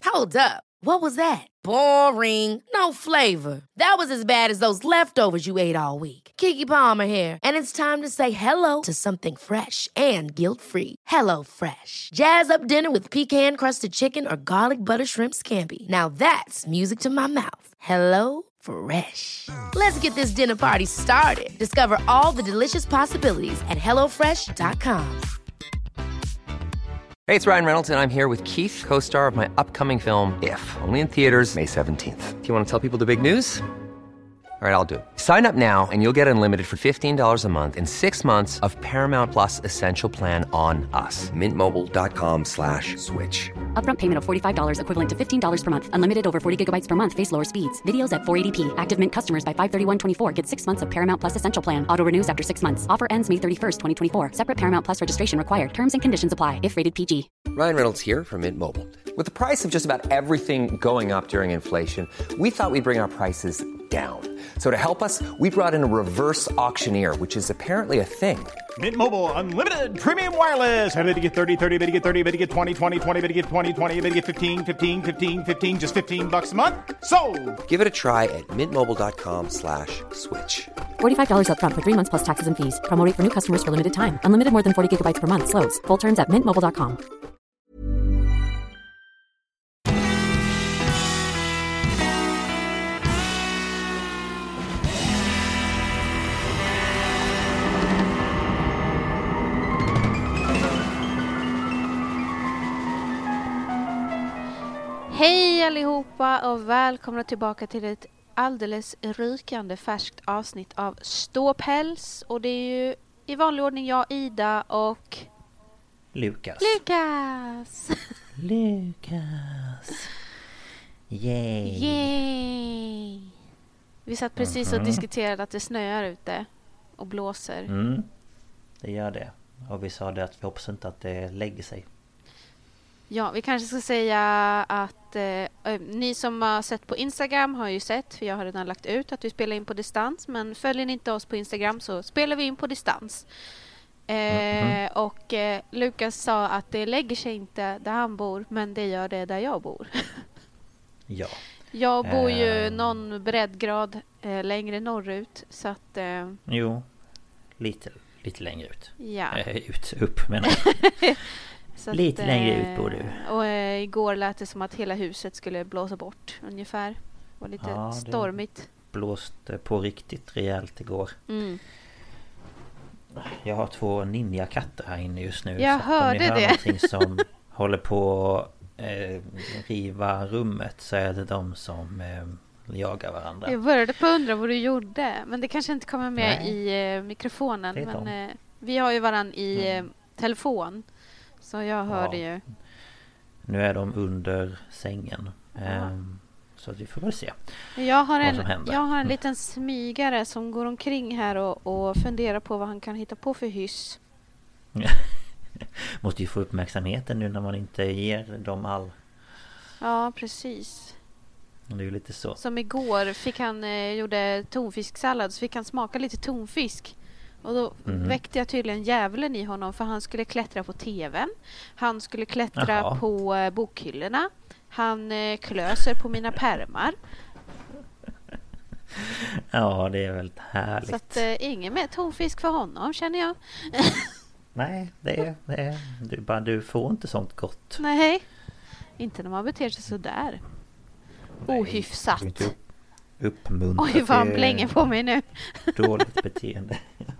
Hold up. What was that? Boring. No flavor. That was as bad as those leftovers you ate all week. Keke Palmer here, and it's time to say hello to something fresh and guilt-free. Hello Fresh. Jazz up dinner with pecan-crusted chicken or garlic butter shrimp scampi. Now that's music to my mouth. Hello Fresh. Let's get this dinner party started. Discover all the delicious possibilities at hellofresh.com. Hey, it's Ryan Reynolds, and I'm here with Keith, co-star of my upcoming film, If, only in theaters May 17th. Do you want to tell people the big news? All right, I'll do it. Sign up now and you'll get unlimited for $15 a month and 6 months of Paramount Plus Essential Plan on us. MintMobile.com/switch. Upfront payment of $45 equivalent to $15 per month. Unlimited over 40 gigabytes per month. Face lower speeds. Videos at 480p. Active Mint customers by 531.24 get 6 months of Paramount Plus Essential Plan. Auto renews after 6 months. Offer ends May 31st, 2024. Separate Paramount Plus registration required. Terms and conditions apply if rated PG. Ryan Reynolds here from Mint Mobile. With the price of just about everything going up during inflation, we thought we'd bring our prices down. So to help us, we brought in a reverse auctioneer, which is apparently a thing. Mint Mobile Unlimited Premium Wireless. How to get 30, 30, bit to get 30, bit to get 20, 20, 20, bit to get 20, 20, bit to get 15, 15, 15, 15, just $15 a month? Sold! Give it a try at mintmobile.com/switch. $45 upfront for 3 months plus taxes and fees. Promo rate for new customers for limited time. Unlimited more than 40 gigabytes per month. Slows full terms at mintmobile.com. Hej allihopa och välkomna tillbaka till ett alldeles rykande färskt avsnitt av Ståpäls. Och det är ju i vanlig ordning jag, Ida och Lukas. Yay! Vi satt precis och diskuterade att det snöar ute och blåser. Det gör det. Och vi sa det att vi hoppas inte att det lägger sig. Ja, vi kanske ska säga att ni som har sett på Instagram har ju sett, för jag har redan lagt ut att vi spelar in på distans. Men följer ni inte oss på Instagram så spelar vi in på distans. Och Lukas sa att det lägger sig inte där han bor, men det gör det där jag bor. Ja. Jag bor ju någon breddgrad längre norrut, så att... Jo, lite längre ut. Ja. Upp menar jag. Så lite längre ut bor du. Och igår lät det som att hela huset skulle blåsa bort ungefär. Det var lite stormigt. Blåste på riktigt rejält igår. Jag har 2 ninja-katter här inne just nu. Jag hörde det. Om ni hör någonting som håller på att riva rummet, så är det de som jagar varandra. Jag började på undra vad du gjorde. Men det kanske inte kommer med i mikrofonen. Men vi har ju varann i telefon. Så jag hörde ju. Nu är de under sängen. Så vi får väl se. Jag har en liten smygare som går omkring här och funderar på vad han kan hitta på för hyss. Måste ju få uppmärksamheten nu när man inte ger dem all. Ja, precis. Det är ju lite så. Som igår fick han gjorde tonfisksallad, så fick han smaka lite tonfisk. Och då väckte jag tydligen djävulen i honom, för han skulle klättra på tvn. Han skulle klättra på bokhyllorna. Han klöser på mina pärmar. Ja, det är väldigt härligt. Så att ingen mer tonfisk för honom, känner jag. Nej, du får inte sånt gott. Nej, inte när man beter sig så där. Ohyfsat. Uppmuntrat. Oj, vad han blänger på mig nu. Dåligt beteende.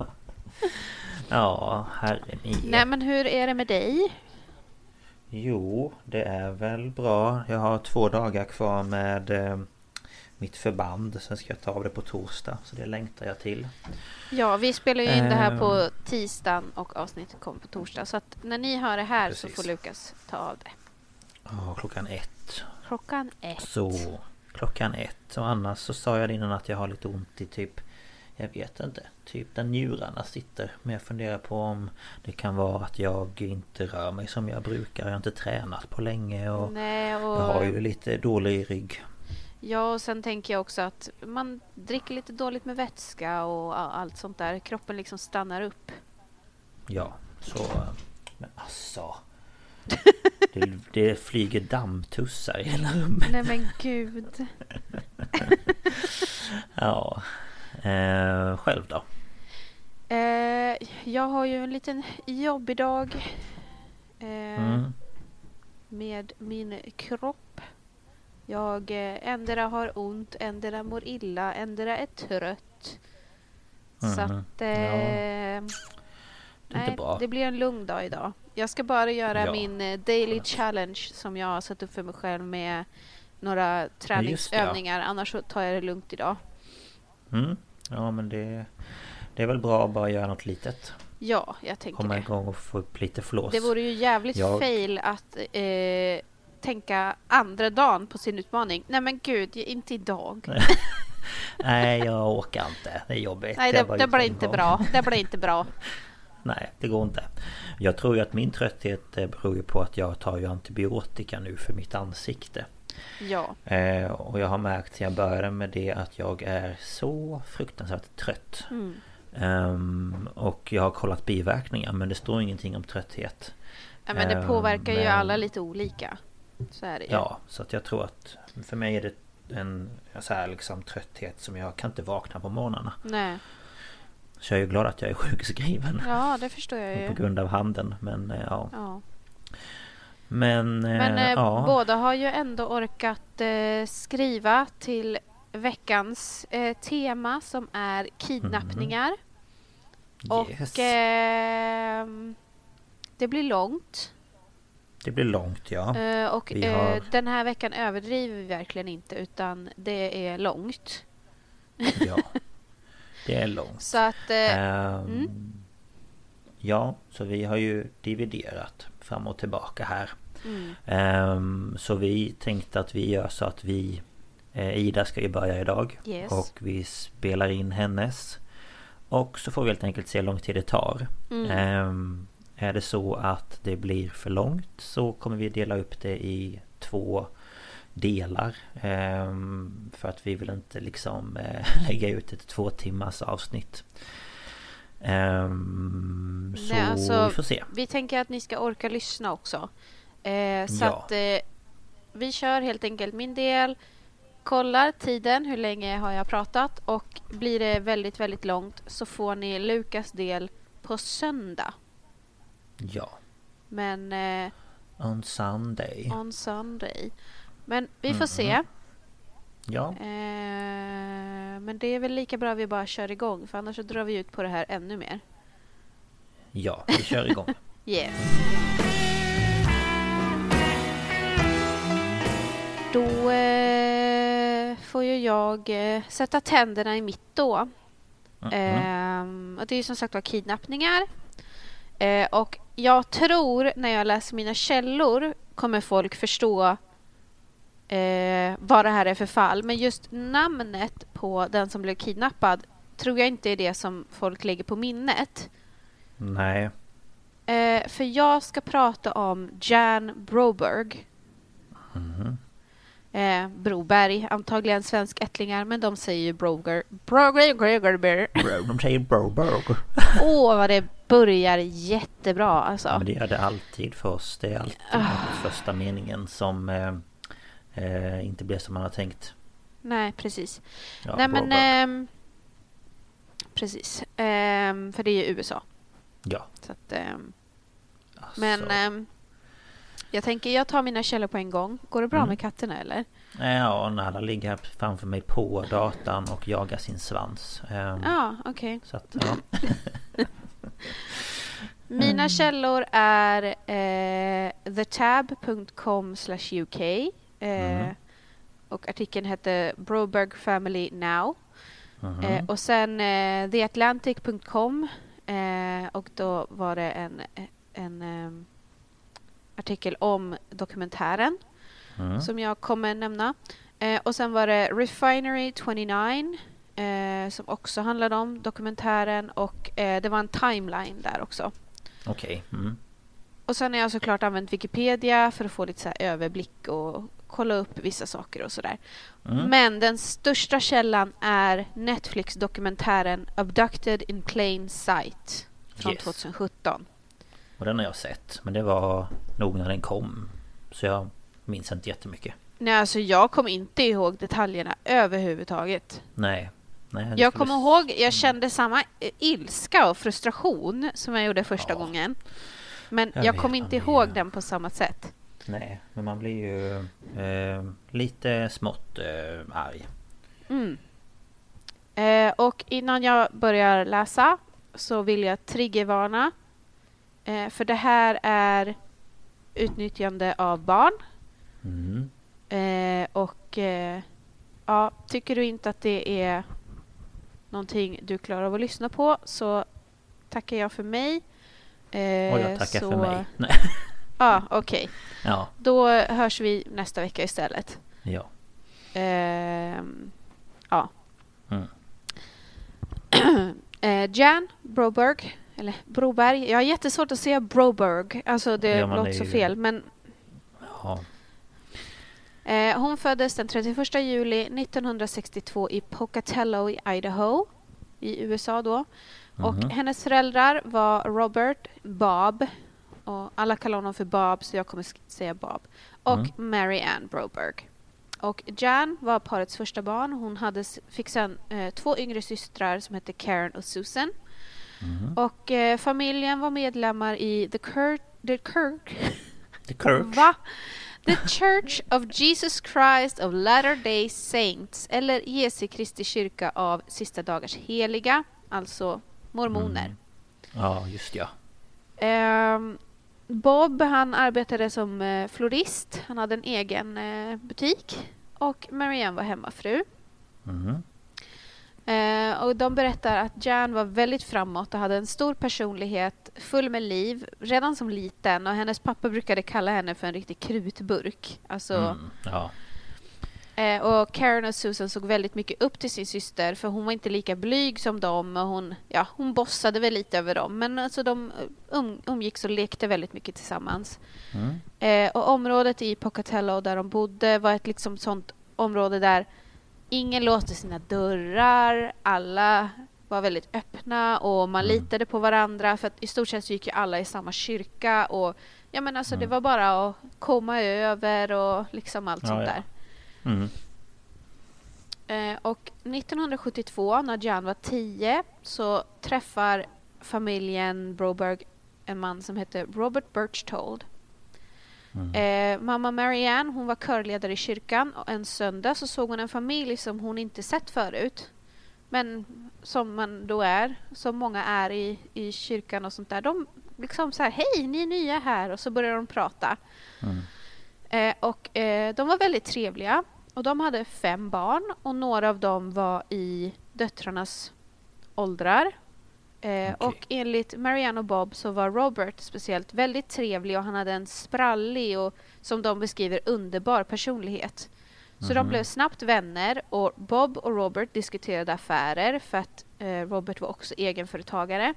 Ja, herre min. Nej, men hur är det med dig? Jo, det är väl bra. Jag har 2 dagar kvar med mitt förband. Sen ska jag ta av det på torsdag, så det längtar jag till. Ja, vi spelar ju in det här på tisdagen och avsnittet kommer på torsdag. Så att när ni hör det här, precis, så får Lukas ta av det. Ja, klockan 1. Klockan 1. Så, klockan 1. Och annars så sa jag innan att jag har lite ont i typ, jag vet inte, typ där njurarna sitter. Men jag funderar på om det kan vara att jag inte rör mig som jag brukar. Jag har inte tränat på länge och jag har ju lite dålig rygg. Ja, och sen tänker jag också att man dricker lite dåligt med vätska och allt sånt där. Kroppen liksom stannar upp. Ja, så... Men alltså... Det flyger dammtussar i hela rummet. Nej men gud. Ja. Själv då? Jag har ju en liten jobbig dag. Med min kropp. Jag ändra har ont, ändra mår illa, ändra är trött. Så att... nej, bra. det blir en lugn dag idag. Jag ska bara göra min daily challenge som jag har satt upp för mig själv med några träningsövningar. Annars så tar jag det lugnt idag. Ja, men det är väl bra att bara göra något litet. Ja, jag tänker komma igång och få upp lite flås. Det vore ju jävligt fail att tänka andra dagen på sin utmaning. Nej men gud, inte idag. Nej, jag åker inte. Det är jobbigt. Nej, det blir inte bra. Det blir inte bra. Nej, det går inte. Jag tror ju att min trötthet beror ju på att jag tar ju antibiotika nu för mitt ansikte. Ja. Och jag har märkt sen jag började med det att jag är så fruktansvärt trött. Och jag har kollat biverkningar, men det står ingenting om trötthet. Ja, men det påverkar ju alla lite olika. Så är det ju. Ja, så att jag tror att för mig är det en så här liksom trötthet som jag kan inte vakna på morgnarna. Nej. Så jag är ju glad att jag är sjukskriven. Ja, det förstår jag ju. På grund av handen, men ja. Men båda har ju ändå orkat skriva till veckans tema som är kidnappningar. Och det blir långt. Det blir långt, ja. Och den här veckan överdriver vi verkligen inte, utan det är långt. Ja, det är långt. Så att... Ja, så vi har ju dividerat fram och tillbaka här. Så vi tänkte att vi gör så att vi... Ida ska ju börja idag. Yes. Och vi spelar in hennes. Och så får vi helt enkelt se hur lång tid det tar. Är det så att det blir för långt så kommer vi dela upp det i 2 delar. För att vi vill inte liksom lägga ut ett 2 timmars avsnitt. Så nej, alltså, vi får se. Vi tänker att ni ska orka lyssna också. Så att vi kör helt enkelt min del. Kollar tiden, hur länge har jag pratat. Och blir det väldigt, väldigt långt så får ni Lukas del på söndag. Ja. Men on Sunday. On Sunday. Men vi får se. Ja. Men det är väl lika bra vi bara kör igång, för annars så drar vi ut på det här ännu mer. Ja, vi kör igång. Yes. Då får ju jag sätta tänderna i mitt då. Och det är ju som sagt var kidnappningar. Och jag tror när jag läser mina källor kommer folk förstå vad det här är för fall. Men just namnet på den som blev kidnappad tror jag inte är det som folk lägger på minnet. Nej. För jag ska prata om Jan Broberg. Broberg, antagligen svensk ättlingar, men de säger ju Broger. De säger Broberg. Vad det börjar jättebra alltså. Ja, men det gör det alltid för oss. Det är alltid första meningen som inte blir som man har tänkt. Nej, precis. Ja, nej, men precis. För det är ju USA. Ja. Så att, men jag tänker jag tar mina källor på en gång. Går det bra med katterna eller? Ja, Nada ligger här framför mig på datan och jagar sin svans. Ja, okej. Så att, ja. Mina källor är thetab.com/UK och artikeln heter Broberg Family Now. Och sen theatlantic.com och då var det en artikel om dokumentären som jag kommer nämna. Och sen var det Refinery 29 som också handlade om dokumentären och det var en timeline där också. Okej. Och sen har jag såklart använt Wikipedia för att få lite så här överblick och kolla upp vissa saker och sådär. Men den största källan är Netflix-dokumentären Abducted in Plain Sight från 2017. Och den har jag sett, men det var nog när den kom Så jag minns inte jättemycket. Nej, alltså jag kommer inte ihåg detaljerna överhuvudtaget. Nej. Jag kommer ihåg, jag kände samma ilska och frustration som jag gjorde första gången. Men jag kommer inte ihåg den på samma sätt. Nej, men man blir ju lite smått arg. Och innan jag börjar läsa så vill jag triggervarna. För det här är utnyttjande av barn. Tycker du inte att det är någonting du klarar av att lyssna på, så tackar jag för mig. Och jag tackar för mig. Nej. Okej. Ja. Då hörs vi nästa vecka istället. Ja. Jan Broberg, eller Broberg. Jag har jättesvårt att säga Broberg. Alltså det låter så fel, men hon föddes den 31 juli 1962 i Pocatello i Idaho i USA då. Och hennes föräldrar var Robert, Bob, och alla kallar honom för Bob, så jag kommer säga Bob, och Mary Ann Broberg. Och Jan var parets första barn. Hon fick sen 2 yngre systrar som hette Karen och Susan. Och familjen var medlemmar i The Church of Jesus Christ of Latter-day Saints, eller Jesu Kristi kyrka av sista dagars heliga, alltså mormoner. Ja, just ja. Bob, han arbetade som florist. Han hade en egen butik. Och Marianne var hemmafru. Och de berättar att Jan var väldigt framåt och hade en stor personlighet, full med liv, redan som liten. Och hennes pappa brukade kalla henne för en riktig krutburk. Alltså, och Karen och Susan såg väldigt mycket upp till sin syster, för hon var inte lika blyg som dem. Och hon bossade väl lite över dem. Men alltså, de umgicks och lekte väldigt mycket tillsammans. Och området i Pocatello där de bodde var ett liksom sånt område där ingen låste sina dörrar. Alla var väldigt öppna och man litade på varandra, för att i stort sett så gick ju alla i samma kyrka. Och ja, men alltså det var bara att komma över och liksom allt sånt där. Och 1972 när Jan var 10 så träffar familjen Broberg en man som heter Robert Berchtold. Mamma Marianne, hon var körledare i kyrkan, och en söndag så såg hon en familj som hon inte sett förut. Men som man då är, som många är i kyrkan och sånt där. De liksom så här, hej, ni är nya här, och så börjar de prata. De var väldigt trevliga. Och de hade 5 barn, och några av dem var i döttrarnas åldrar. Och enligt Marianne och Bob så var Robert speciellt väldigt trevlig, och han hade en sprallig och, som de beskriver, underbar personlighet. Så de blev snabbt vänner, och Bob och Robert diskuterade affärer, för att Robert var också egenföretagare.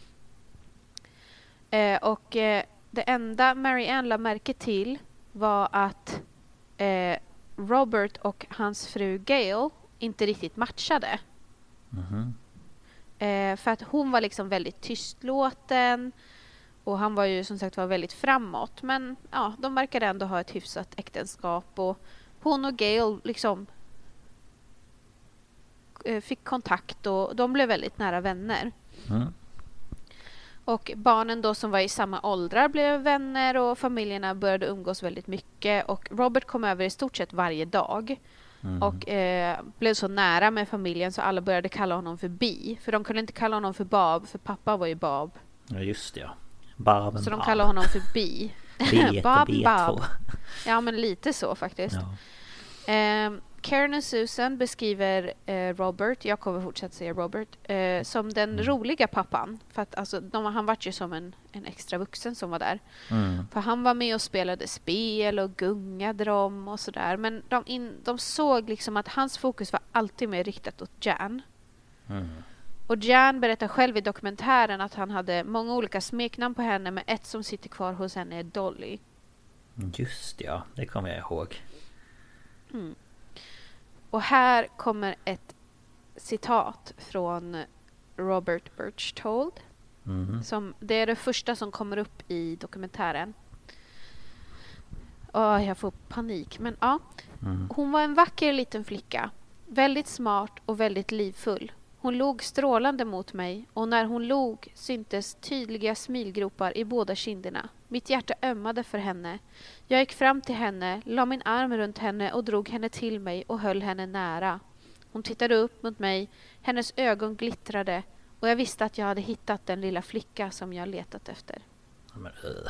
Det enda Marianne la märke till var att Robert och hans fru Gail inte riktigt matchade. För att hon var liksom väldigt tystlåten, och han var ju som sagt var väldigt framåt. Men ja, de verkade ändå ha ett hyfsat äktenskap, och hon och Gail liksom fick kontakt, och de blev väldigt nära vänner. Och barnen då som var i samma åldrar blev vänner, och familjerna började umgås väldigt mycket. Och Robert kom över i stort sett varje dag. Och blev så nära med familjen så alla började kalla honom för Bi. För de kunde inte kalla honom för Bob, för pappa var ju Bob. Ja, just det, ja. Barben, så de kallade honom för Bi. Bob. Ja, men lite så faktiskt. Ja. Karen och Susan beskriver Robert, jag kommer fortsätta säga Robert, som den roliga pappan. För att alltså, han var ju som en extra vuxen som var där. För han var med och spelade spel och gungade dem och sådär. Men de såg liksom att hans fokus var alltid mer riktat åt Jan. Och Jan berättar själv i dokumentären att han hade många olika smeknamn på henne, men ett som sitter kvar hos henne är Dolly. Just ja, det kommer jag ihåg. Och här kommer ett citat från Robert Berchtold. Det är det första som kommer upp i dokumentären. jag får panik. Men ja, hon var en vacker liten flicka. Väldigt smart och väldigt livfull. Hon log strålande mot mig och när hon log syntes tydliga smilgropar i båda kinderna. Mitt hjärta ömmade för henne. Jag gick fram till henne, la min arm runt henne och drog henne till mig och höll henne nära. Hon tittade upp mot mig, hennes ögon glittrade och jag visste att jag hade hittat den lilla flicka som jag letat efter. Men,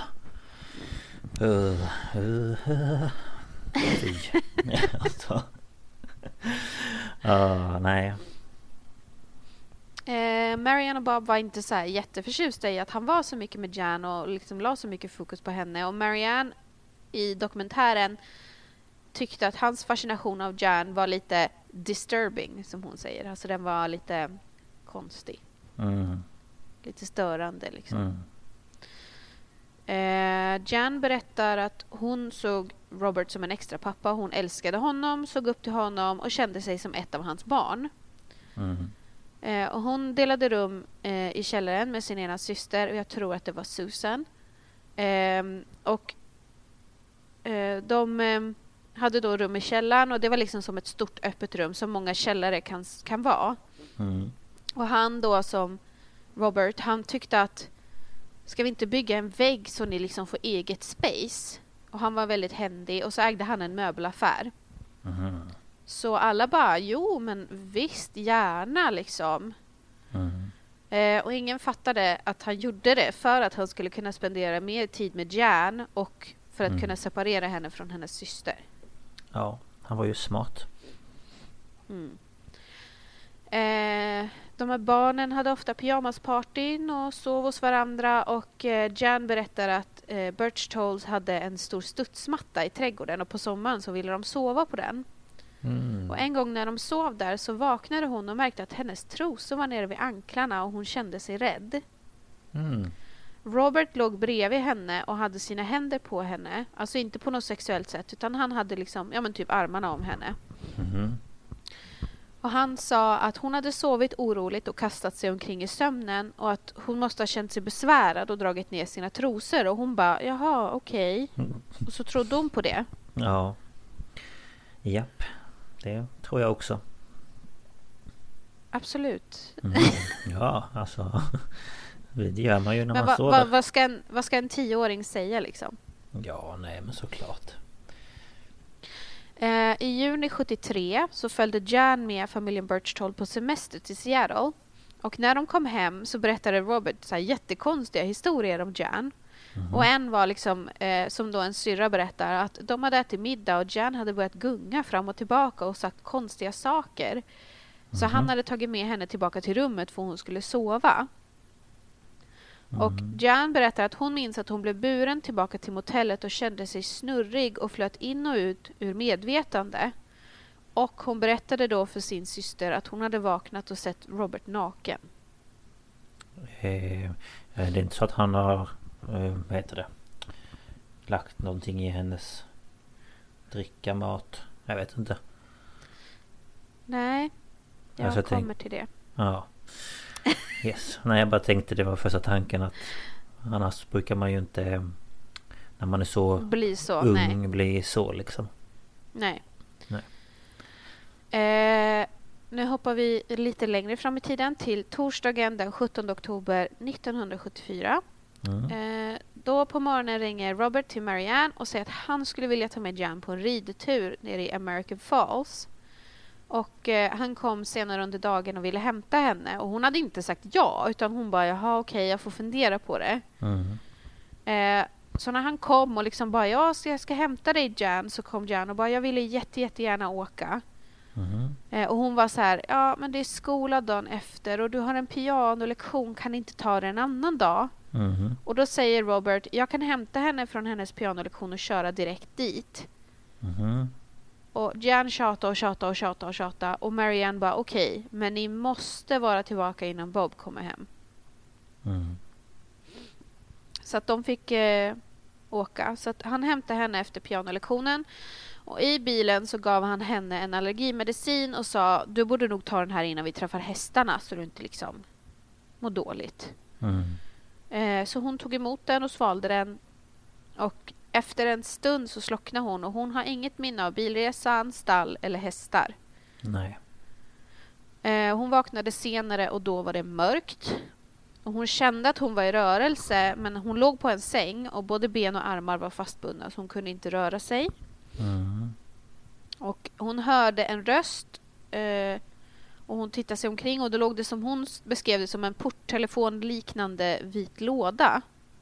nej. Marianne och Bob var inte så här jätteförtjusta i att han var så mycket med Jan och liksom la så mycket fokus på henne. Och Marianne i dokumentären tyckte att hans fascination av Jan var lite disturbing, som hon säger. Alltså den var lite konstig. Lite störande liksom. Jan berättar att hon såg Robert som en extra pappa. Hon älskade honom, såg upp till honom och kände sig som ett av hans barn. Och hon delade rum i källaren med sin ena syster och jag tror att det var Susan. De hade då rum i källaren och det var liksom som ett stort öppet rum som många källare kan vara. Och han då som Robert, han tyckte att ska vi inte bygga en vägg så ni liksom får eget space? Och han var väldigt händig och så ägde han en möbelaffär. Så alla bara, jo men visst, gärna liksom. Och ingen fattade att han gjorde det för att han skulle kunna spendera mer tid med Jan och för att kunna separera henne från hennes syster. Ja, han var ju smart. De här barnen hade ofta pyjamaspartyn och sov hos varandra och Jan berättar att Birch Tolls hade en stor studsmatta i trädgården och på sommaren så ville de sova på den. Och en gång när de sov där så vaknade hon och märkte att hennes trosor var nere vid anklarna och hon kände sig rädd. Robert låg bredvid henne och hade sina händer på henne. Alltså inte på något sexuellt sätt utan han hade liksom, ja men typ armarna om henne. Och han sa att hon hade sovit oroligt och kastat sig omkring i sömnen och att hon måste ha känt sig besvärad och dragit ner sina trosor. Och hon bara, jaha, okej. Och så trodde hon på det. Ja. Japp. Det tror jag också. Absolut. Ja, alltså. Det gör man ju när man sover. Vad ska en 10-åring säga liksom? Ja, nej men såklart. I juni 73 så följde Jan med familjen Birch Toll på semester till Seattle. Och när de kom hem så berättade Robert så här jättekonstiga historier om Jan. Och en var liksom, som då en syrra berättar, att de hade ätit middag och Jan hade börjat gunga fram och tillbaka och sagt konstiga saker. Så han hade tagit med henne tillbaka till rummet för hon skulle sova. Och Jan berättar att hon minns att hon blev buren tillbaka till motellet och kände sig snurrig och flöt in och ut ur medvetande. Och hon berättade då för sin syster att hon hade vaknat och sett Robert naken. Det är inte så att han har vad heter det, lagt någonting i hennes dricka, mat? Jag vet inte. Nej, jag kommer till det. Ja. Yes. Nej, jag bara tänkte det var första tanken att annars brukar man ju inte när man är så ung bli så liksom. Nej. Nu hoppar vi lite längre fram i tiden till torsdagen den 17 oktober 1974. Då på morgonen ringer Robert till Marianne och säger att han skulle vilja ta med Jan på en ridtur nere i American Falls. Och han kom senare under dagen och ville hämta henne. Och hon hade inte sagt ja, utan hon bara, jaha okej, jag får fundera på det. Så när han kom och liksom bara, jag ska hämta dig Jan, så kom Jan och bara, jag ville jättegärna åka. Och hon var så här, ja men det är skola dagen efter och du har en pianolektion, kan inte ta det en annan dag? Och då säger Robert, jag kan hämta henne från hennes pianolektion och köra direkt dit. Och Jan tjata och Marianne bara, okej, men ni måste vara tillbaka innan Bob kommer hem. Så att de fick åka. Så att han hämtade henne efter pianolektionen. Och i bilen så gav han henne en allergimedicin och sa, du borde nog ta den här innan vi träffar hästarna så du inte liksom mår dåligt. Så hon tog emot den och svalde den. Och efter en stund så slocknar hon och hon har inget minne av bilresan, stall eller hästar. Nej. Hon vaknade senare och då var det mörkt. Och hon kände att hon var i rörelse, men hon låg på en säng och både ben och armar var fastbundna så hon kunde inte röra sig. Och hon hörde en röst och hon tittade sig omkring och då låg det som hon beskrev det som en porttelefon liknande vit låda.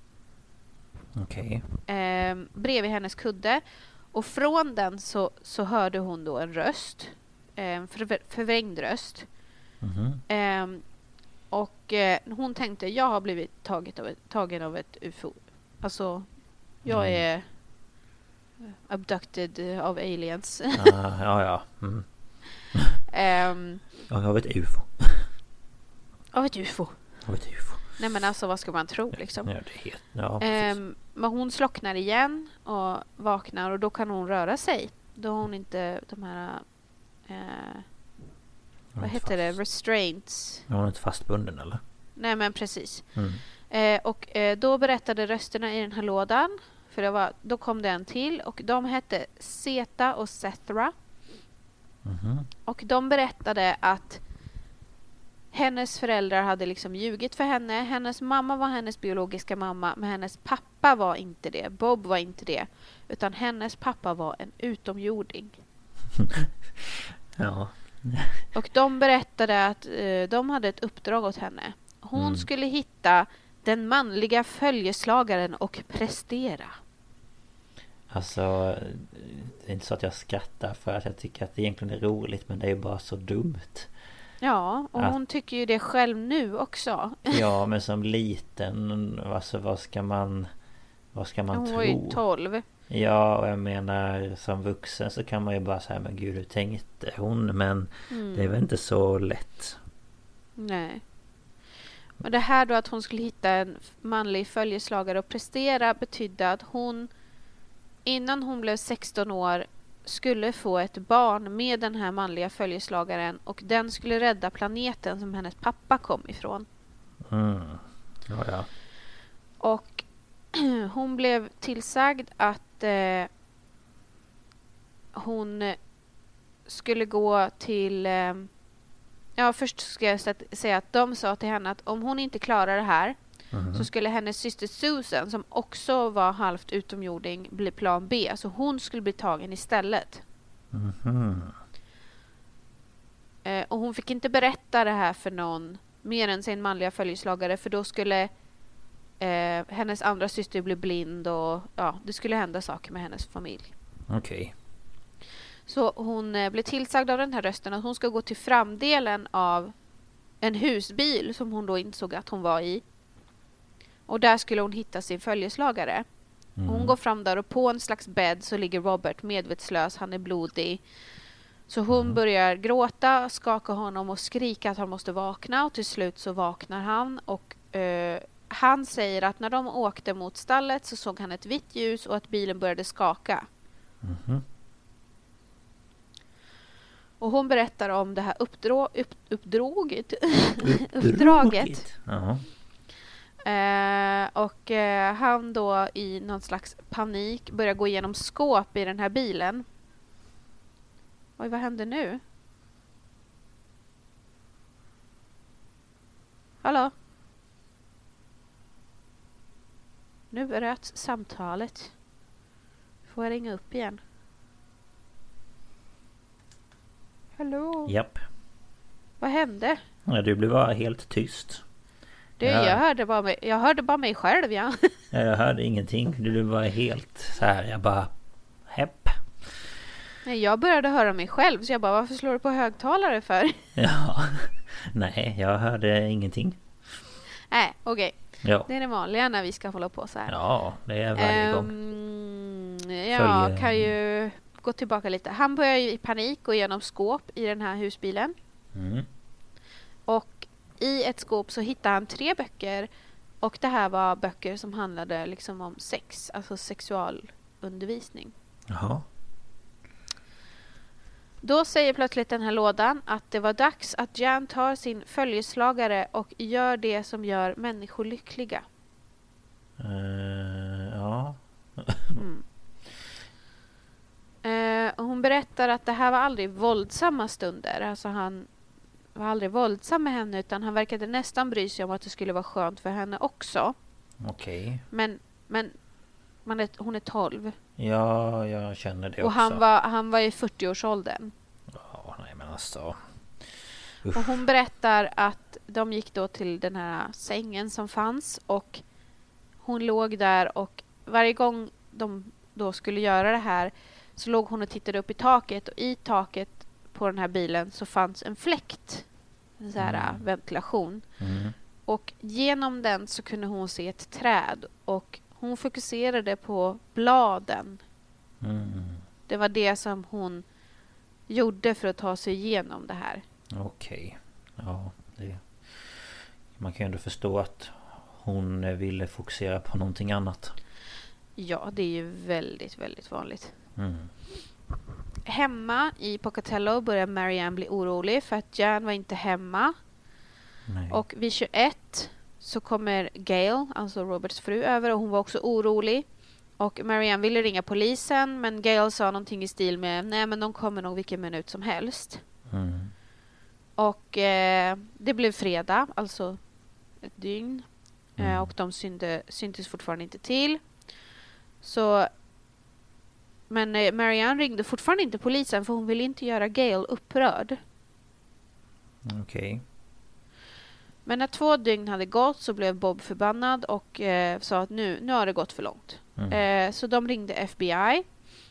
Okej. Bredvid hennes kudde. Och från den så hörde hon då en röst. En förvrängd röst. Och hon tänkte, jag har blivit tagen av ett UFO. Alltså, jag är abducted av aliens. Ja. Av ett UFO. Av ett UFO. Av ett UFO. Nej men alltså, vad ska man tro liksom? Ja, det är helt... Ja, men hon slocknar igen och vaknar och då kan hon röra sig. Då har hon inte de här... vad heter det? Restraints. Hon är inte fastbunden eller? Nej men precis. Och då berättade rösterna i den här lådan. För då kom det en till. Och de hette Zeta och Sethra. Och de berättade att hennes föräldrar hade liksom ljugit för henne. Hennes mamma var hennes biologiska mamma. Men hennes pappa var inte det. Bob var inte det. Utan hennes pappa var en utomjording. Ja. Och de berättade att de hade ett uppdrag åt henne. Hon skulle hitta den manliga följeslagaren och prestera. Alltså, det är inte så att jag skrattar för att jag tycker att det egentligen är roligt, men det är bara så dumt. Ja, och hon tycker ju det själv nu också. Ja, men som liten, alltså vad ska man tro? Hon var ju 12. Ja, och jag menar som vuxen så kan man ju bara säga, men gud, hur tänkte hon? Men det är väl inte så lätt. Nej. Men det här då att hon skulle hitta en manlig följeslagare och prestera betydde att hon innan hon blev 16 år skulle få ett barn med den här manliga följeslagaren och den skulle rädda planeten som hennes pappa kom ifrån. Ja. Och hon blev tillsagd att hon skulle gå till... först ska jag säga att de sa till henne att om hon inte klarar det här så skulle hennes syster Susan, som också var halvt utomjording, bli plan B. Så hon skulle bli tagen istället. Och hon fick inte berätta det här för någon mer än sin manliga följeslagare, för då skulle hennes andra syster bli blind och det skulle hända saker med hennes familj. Okej. Så hon blev tillsagd av den här rösten att hon ska gå till framdelen av en husbil som hon då insåg att hon var i. Och där skulle hon hitta sin följeslagare. Hon går fram där och på en slags bädd så ligger Robert medvetslös, han är blodig. Så hon börjar gråta, skaka honom och skrika att han måste vakna. Och till slut så vaknar han och han säger att när de åkte mot stallet så såg han ett vitt ljus och att bilen började skaka. Och hon berättar om det här uppdraget. Och han då i någon slags panik börjar gå igenom skåp i den här bilen. Oj, vad händer nu? Hallå? Nu bröts samtalet. Får jag ringa upp igen? Hallå? Japp. Vad hände? Ja, du blev bara helt tyst. Jag hörde bara mig själv, ja. Jag hörde ingenting. Du var helt så här, jag bara hepp. Nej, jag började höra mig själv så jag bara, varför slår du på högtalare för? Ja. Nej, jag hörde ingenting. Nej, okej. Ja. Det är det vanliga när vi ska hålla på så här. Ja, det är varje gång. Jag kan ju gå tillbaka lite. Han börjar ju i panik gå igenom skåp i den här husbilen. Och i ett skåp så hittar han 3 böcker. Och det här var böcker som handlade liksom om sex, alltså sexualundervisning. Jaha. Då säger plötsligt den här lådan att det var dags att Jan tar sin följeslagare och gör det som gör människor lyckliga. Ja. berättar att det här var aldrig våldsamma stunder. Alltså han var aldrig våldsam med henne, utan han verkade nästan bry sig om att det skulle vara skönt för henne också. Okej. Men hon är 12. Ja, jag känner det och också. Och han var i 40-årsåldern. Ja, nej men alltså. Uff. Och hon berättar att de gick då till den här sängen som fanns, och hon låg där, och varje gång de då skulle göra det här så låg hon och tittade upp i taket, och i taket på den här bilen så fanns en fläkt, en så här ventilation. Och genom den så kunde hon se ett träd, och hon fokuserade på bladen. Det var det som hon gjorde för att ta sig igenom det här. Okej. Ja, man kan ju ändå förstå att hon ville fokusera på någonting annat. Ja, det är ju väldigt, väldigt vanligt. Hemma i Pocatello börjar Marianne bli orolig för att Jan var inte hemma. Nej. Och vid 21 så kommer Gail, alltså Roberts fru, över, och hon var också orolig. Och Marianne ville ringa polisen, men Gail sa någonting i stil med nej, men de kommer nog vilken minut som helst. Och det blev fredag, alltså ett dygn. Och de syntes fortfarande inte till. Så, men Marianne ringde fortfarande inte polisen, för hon ville inte göra Gail upprörd. Okej. Men när 2 dygn hade gått så blev Bob förbannad och sa att nu har det gått för långt. Så de ringde FBI.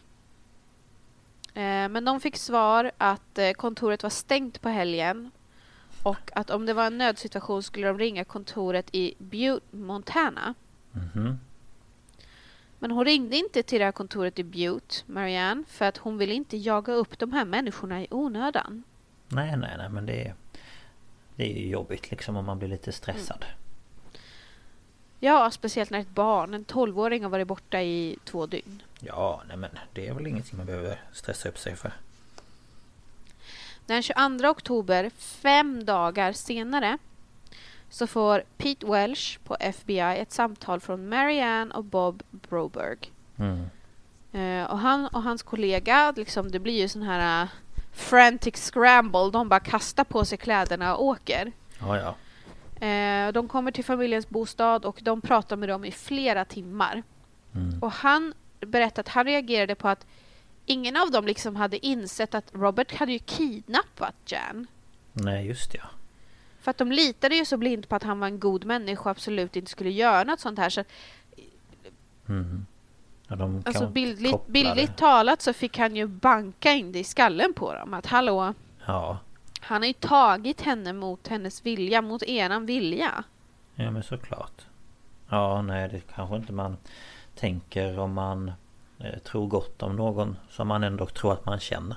Men de fick svar att kontoret var stängt på helgen, och att om det var en nödsituation skulle de ringa kontoret i Butte, Montana. Men hon ringde inte till det här kontoret i Butte, Marianne, för att hon ville inte jaga upp de här människorna i onödan. Nej, men det är ju jobbigt liksom om man blir lite stressad. Ja, speciellt när ett barn, en 12-åring, har varit borta i 2 dygn. Ja, nej men det är väl ingenting man behöver stressa upp sig för. Den 22 oktober, 5 dagar senare, så får Pete Welch på FBI ett samtal från Marianne och Bob Broberg. Och han och hans kollega, liksom, det blir ju sån här frantic scramble. De bara kastar på sig kläderna och åker. Ja. De kommer till familjens bostad och de pratar med dem i flera timmar. Och han berättade att han reagerade på att ingen av dem liksom hade insett att Robert hade ju kidnappat Jan. Nej, just ja. För att de litade ju så blint på att han var en god människa och absolut inte skulle göra något sånt här. Så ja, de alltså bildligt talat så fick han ju banka in det i skallen på dem. Att hallå, han har ju tagit henne mot hennes vilja, mot eran vilja. Ja, men såklart. Ja, nej, det kanske inte man tänker om man tror gott om någon som man ändå tror att man känner.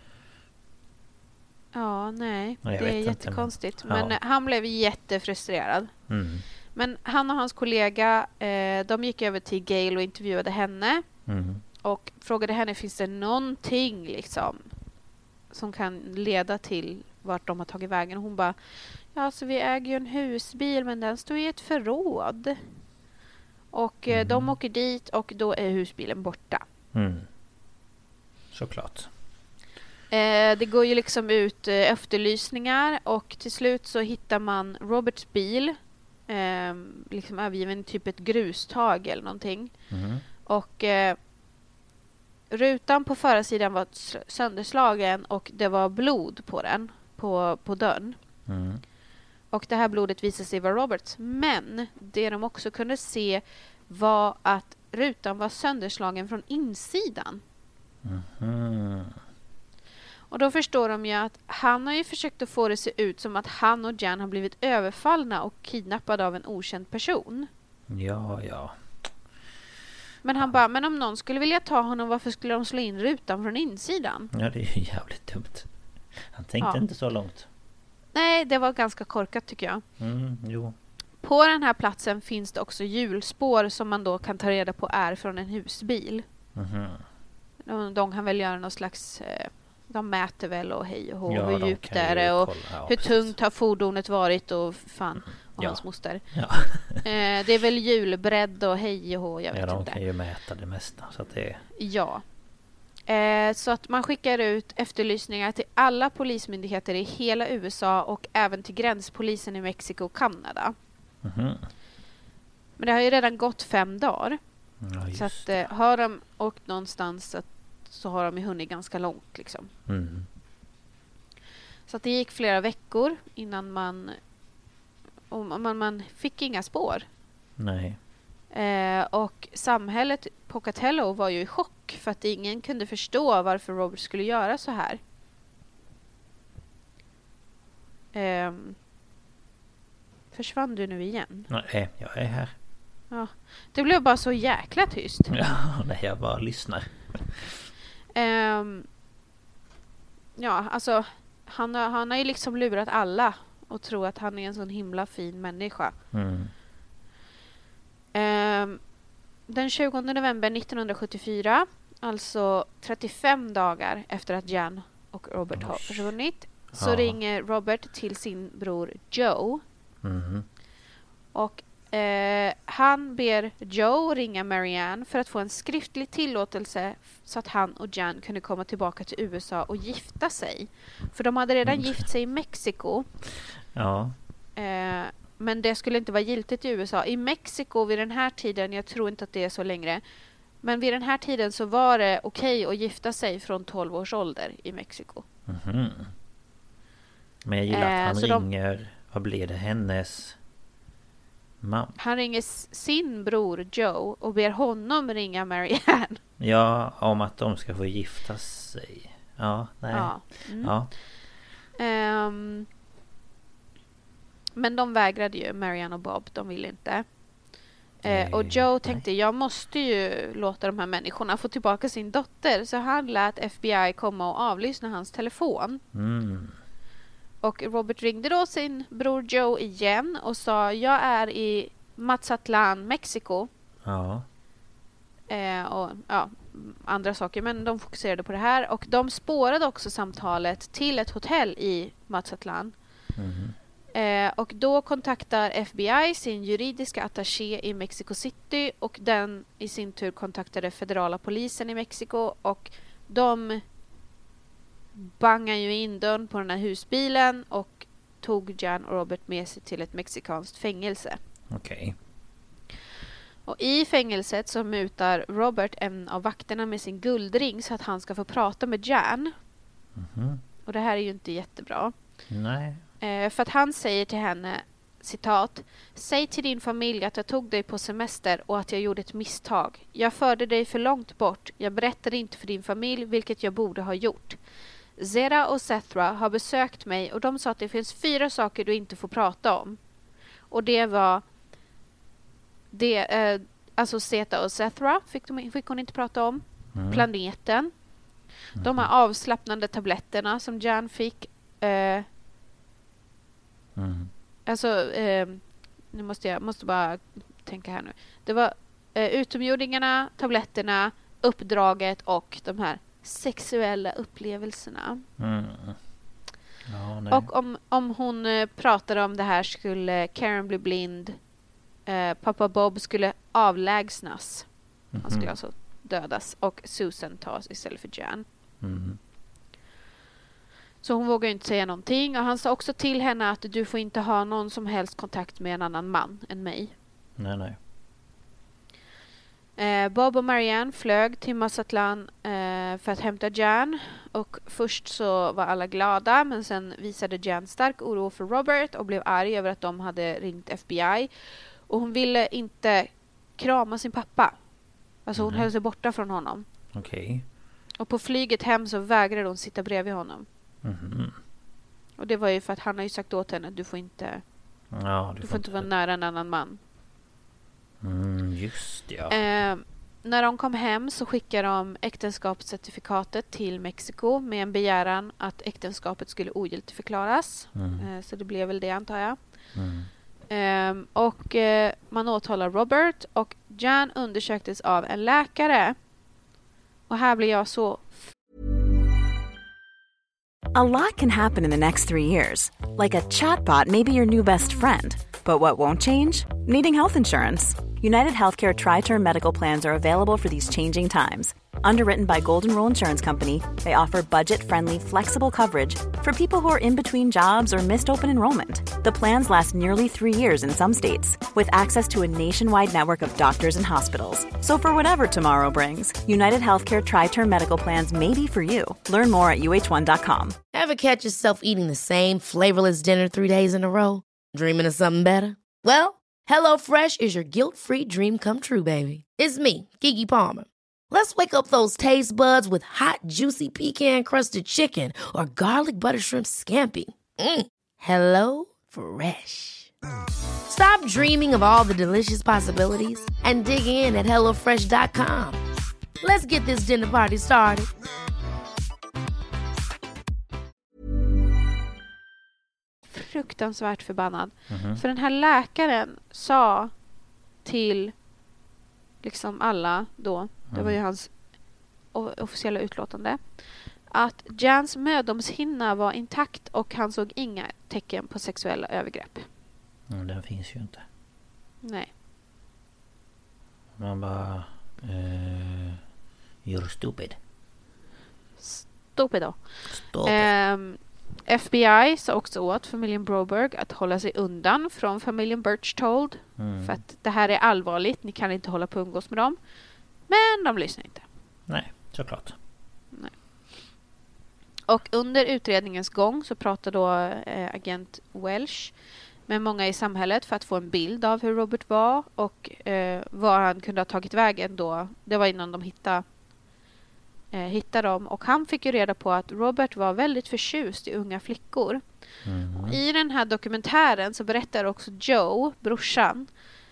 Ja, nej. Det är jättekonstigt. Men han blev jättefrustrerad. Men han och hans kollega, de gick över till Gail och intervjuade henne. Och frågade henne, finns det någonting liksom som kan leda till vart de har tagit vägen? Och hon bara, ja, så vi äger ju en husbil, men den står i ett förråd. Och de åker dit och då är husbilen borta. Såklart. Det går ju liksom ut efterlysningar och till slut så hittar man Roberts bil liksom övergiven typ ett grustag eller någonting. Och rutan på förarsidan var sönderslagen och det var blod på den, på dörren. Och det här blodet visade sig vara Roberts. Men det de också kunde se var att rutan var sönderslagen från insidan. Och då förstår de ju att han har ju försökt att få det se ut som att han och Jan har blivit överfallna och kidnappade av en okänd person. Ja. Men han bara, men om någon skulle vilja ta honom, varför skulle de slå in rutan från insidan? Ja, det är ju jävligt dumt. Han tänkte inte så långt. Nej, det var ganska korkat tycker jag. Jo. På den här platsen finns det också hjulspår som man då kan ta reda på är från en husbil. De kan väl göra någon slags... De mäter väl och hej och hå, hur djupt är det och hur tungt har fordonet varit och fan och hans moster. Det är väl hjulbredd och hej och hå, jag vet inte. Ja, de kan ju mäta det mesta så att det är... Ja. Så att man skickar ut efterlysningar till alla polismyndigheter i hela USA och även till gränspolisen i Mexiko och Kanada. Mhm. Men det har ju redan gått 5 dagar. Ja, just Så att det. har de åkt någonstans så har de ju hunnit ganska långt liksom. Mm. Så att det gick flera veckor innan man fick inga spår. Nej. Och samhället Pocatello var ju i chock för att ingen kunde förstå varför Robert skulle göra så här. Försvann du nu igen? Nej, jag är här. Ja. Det blev bara så jäkla tyst. Ja, nej, jag bara lyssnar. Ja, alltså han har ju liksom lurat alla och tror att han är en sån himla fin människa. Mm. Den 20 november 1974, alltså 35 dagar efter att Jan och Robert har försvunnit, så Ja. ringer Robert till sin bror Joe. Mhm. Och han ber Joe ringa Marianne för att få en skriftlig tillåtelse så att han och Jan kunde komma tillbaka till USA och gifta sig. För de hade redan gift sig i Mexiko. Ja. Men det skulle inte vara giltigt i USA. I Mexiko vid den här tiden, jag tror inte att det är så längre, men vid den här tiden så var det okej att gifta sig från 12 års ålder i Mexiko. Mhm. Men jag gillar att han så ringer... Vad blir det? Hennes... mamma. Han ringer sin bror Joe och ber honom ringa Marianne. Ja, om att de ska få gifta sig. Ja, nej. Ja. Mm. Ja. Men de vägrade ju, Marianne och Bob. De ville inte. Och Joe tänkte, jag måste ju låta de här människorna få tillbaka sin dotter. Så han lät FBI komma och avlyssna hans telefon. Mm. Och Robert ringde då sin bror Joe igen och sa, jag är i Mazatlan, Mexiko. Ja. Och ja, andra saker, men de fokuserade på det här. Och de spårade också samtalet till ett hotell i Mazatlan. Mhm. Och då kontaktar FBI sin juridiska attaché i Mexico City och den i sin tur kontaktade federala polisen i Mexiko och de bangar ju in dörren på den här husbilen och tog Jan och Robert med sig till ett mexikanskt fängelse. Okej. Och i fängelset så mutar Robert en av vakterna med sin guldring så att han ska få prata med Jan. Mhm. Och det här är ju inte jättebra. Nej. För att han säger till henne, citat, säg till din familj att jag tog dig på semester och att jag gjorde ett misstag. Jag förde dig för långt bort. Jag berättade inte för din familj, vilket jag borde ha gjort. Zera och Sethra har besökt mig och de sa att det finns 4 saker du inte får prata om. Och det var alltså Zeta och Sethra fick hon inte prata om. Mm. Planeten. De här avslappnande tabletterna som Jan fick. Alltså, nu måste bara tänka här nu. Det var utomjordingarna, tabletterna, uppdraget och de här sexuella upplevelserna. Mm. Ja, nej. Och om hon pratade om det här skulle Karen bli blind. Pappa Bob skulle avlägsnas. Han skulle alltså dödas. Och Susan tas istället för Jan. Mm. Så hon vågar inte säga någonting. Och han sa också till henne att du får inte ha någon som helst kontakt med en annan man än mig. Nej. Bob och Marianne flög till Mazatlan för att hämta Jan. Och först så var alla glada. Men sen visade Jan stark oro för Robert och blev arg över att de hade ringt FBI. Och hon ville inte krama sin pappa. Alltså hon höll sig borta från honom. Okej. Och på flyget hem så vägrade hon sitta bredvid honom. Mhm. Och det var ju för att han har ju sagt åt henne att du får inte vara nära en annan man. Just ja. När de kom hem så skickade de äktenskapscertifikatet till Mexiko med en begäran att äktenskapet skulle ogiltigförklaras. Så det blev väl det, antar jag. Och man åtalar Robert och Jan undersöktes av en läkare. Och här blir jag så... A lot can happen in the next 3 years. Like a chatbot may be your new best friend. But what won't change? Needing health insurance. United Healthcare Tri-Term Medical Plans are available for these changing times. Underwritten by Golden Rule Insurance Company, they offer budget-friendly, flexible coverage for people who are in between jobs or missed open enrollment. The plans last nearly 3 years in some states, with access to a nationwide network of doctors and hospitals. So for whatever tomorrow brings, United Healthcare Tri-Term Medical Plans may be for you. Learn more at uh1.com. Ever catch yourself eating the same flavorless dinner 3 days in a row? Dreaming of something better? Well, HelloFresh is your guilt-free dream come true, baby. It's me, Keke Palmer. Let's wake up those taste buds with hot, juicy pecan-crusted chicken or garlic butter shrimp scampi. Hello Fresh. Stop dreaming of all the delicious possibilities and dig in at HelloFresh.com. Let's get this dinner party started. Fruktansvärt förbannad. För den här läkaren sa till liksom alla då, det var ju hans officiella utlåtande, att Jans mödomshinna var intakt och han såg inga tecken på sexuella övergrepp. Den finns ju inte. Nej. Man bara you're stupid. Stupid då. FBI sa också åt familjen Broberg att hålla sig undan från familjen Berchtold. För att det här är allvarligt. Ni kan inte hålla på att umgås med dem. Men de lyssnar inte. Nej, såklart. Nej. Och under utredningens gång så pratade då agent Welsh med många i samhället för att få en bild av hur Robert var och var han kunde ha tagit vägen då. Det var innan de hittade dem. Och han fick ju reda på att Robert var väldigt förtjust i unga flickor. I den här dokumentären så berättar också Joe, brorsan,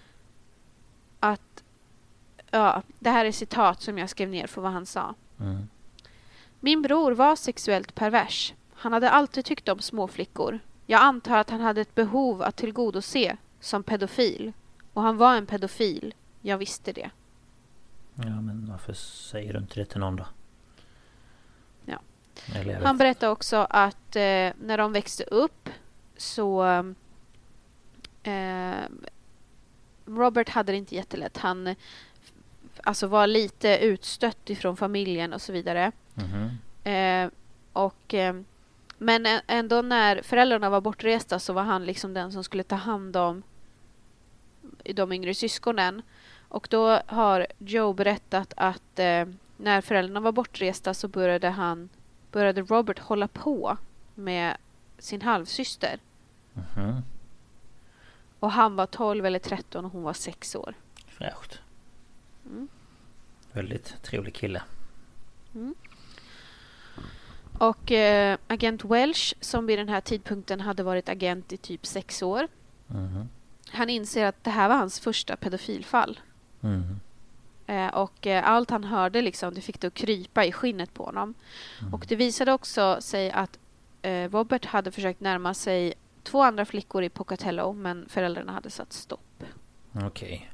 att det här är citat som jag skrev ner för vad han sa. Min bror var sexuellt pervers. Han hade alltid tyckt om små flickor. Jag antar att han hade ett behov att tillgodose som pedofil. Och han var en pedofil. Jag visste det. Ja, men varför säger du inte det till någon då? Ja. Han berättade också att när de växte upp så Robert hade det inte jättelätt. Han alltså var lite utstött ifrån familjen och så vidare. Men ändå när föräldrarna var bortresta så var han liksom den som skulle ta hand om de yngre syskonen. Och då har Joe berättat att när föräldrarna var bortresta så började Robert hålla på med sin halvsyster. Och han var 12 eller 13 och hon var 6 år. Fräscht. Väldigt trevlig kille. Och agent Welsh, som vid den här tidpunkten hade varit agent i typ 6 år. Han inser att det här var hans första pedofilfall. Och allt han hörde liksom, det fick det att krypa i skinnet på honom. Och det visade också sig att Robert hade försökt närma sig 2 andra flickor i Pocatello, men föräldrarna hade satt stopp. Okej.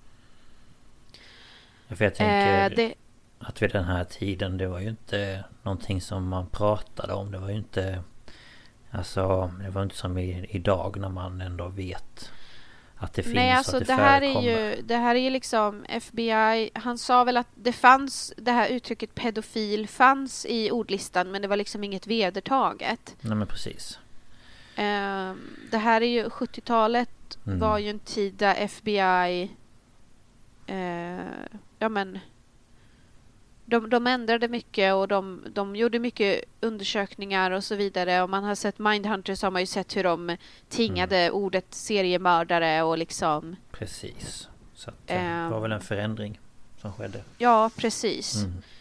För jag tänker att vid den här tiden, det var ju inte någonting som man pratade om. Det var ju inte, alltså, det var inte som idag när man ändå vet att det finns. Nej, alltså att det här är ju liksom FBI. Han sa väl att det fanns, det här uttrycket pedofil fanns i ordlistan, men det var liksom inget vedertaget. Nej, men precis. Det här är ju 70-talet var ju en tid där FBI de ändrade mycket och de gjorde mycket undersökningar och så vidare. Och man har sett Mindhunters, har man ju sett hur de tingade ordet seriemördare och liksom. Precis. Så att det var väl en förändring som skedde. Ja, precis.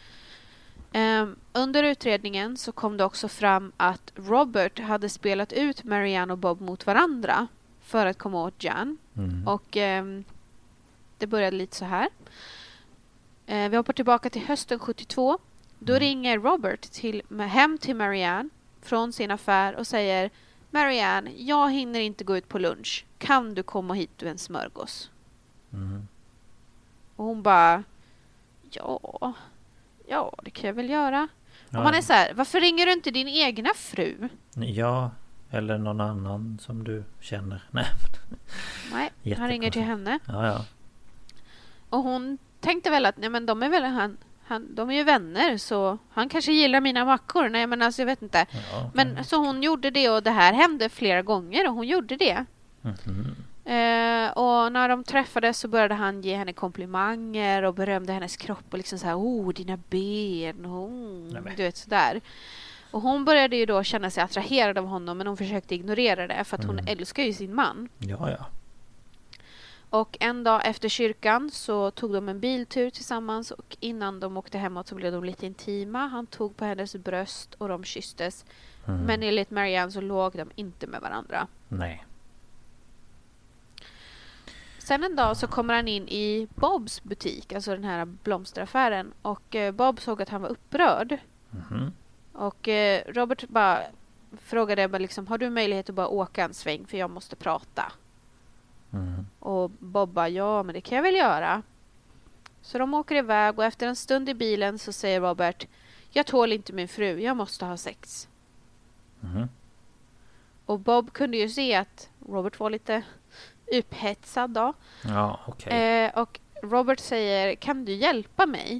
Under utredningen så kom det också fram att Robert hade spelat ut Marianne och Bob mot varandra för att komma åt Jan. Och det började lite så här. Vi hoppar tillbaka till hösten 72. Då ringer Robert hem till Marianne från sin affär och säger: Marianne, jag hinner inte gå ut på lunch. Kan du komma hit och en smörgås? Och hon bara: Ja, det kan jag väl göra. Ja. Och man är så här: varför ringer du inte din egna fru? Ja, Eller någon annan som du känner? Nej, han ringer till henne. Ja. Och hon tänkte väl att nej, men de är väl de är ju vänner, så han kanske gillar mina mackor. Nej, men alltså jag vet inte. Ja, men så hon gjorde det, och det här hände flera gånger och hon gjorde det. Och när de träffades så började han ge henne komplimanger och berömde hennes kropp och liksom så här, dina ben, du vet sådär. Och hon började ju då känna sig attraherad av honom, men hon försökte ignorera det för att hon älskar ju sin man. Ja. Och en dag efter kyrkan så tog de en biltur tillsammans, och innan de åkte hemåt så blev de lite intima. Han tog på hennes bröst och de kysstes. Men enligt Marianne så låg de inte med varandra. Nej. Sen en dag så kommer han in i Bobs butik, alltså den här blomsteraffären. Och Bob såg att han var upprörd. Och Robert bara frågade liksom, har du möjlighet att bara åka en sväng för jag måste prata? Och Bob bara, ja men det kan jag väl göra. Så de åker iväg, och efter en stund i bilen så säger Robert, jag tål inte min fru, jag måste ha sex. Och Bob kunde ju se att Robert var lite upphetsad då. Ja, okej. Och Robert säger, kan du hjälpa mig?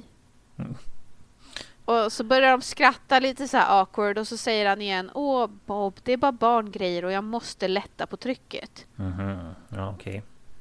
Och så börjar de skratta lite så här awkward, och så säger han igen, Bob, det är bara barngrejer och jag måste lätta på trycket. Ja, okej.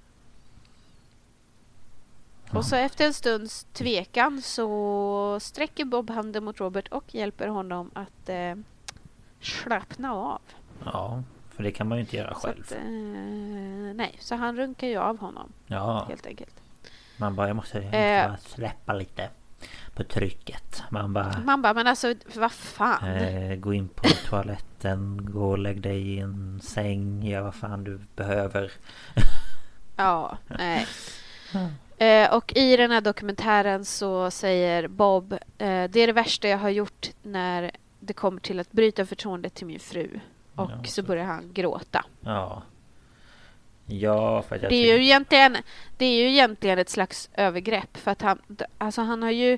Och så efter en stunds tvekan så sträcker Bob handen mot Robert och hjälper honom att slappna av. Ja, för det kan man ju inte göra själv. Så att, nej, så han runkar ju av honom. Ja. Helt enkelt. Man bara, jag måste släppa lite på trycket. Man bara, men alltså, vad fan? Gå in på toaletten, gå och lägg dig i en säng, gör vad fan du behöver. Ja, nej. Och i den här dokumentären så säger Bob, det är det värsta jag har gjort när det kommer till att bryta förtroendet till min fru. Och så börjar han gråta. Ja, för att det är ju egentligen ett slags övergrepp, för att han har ju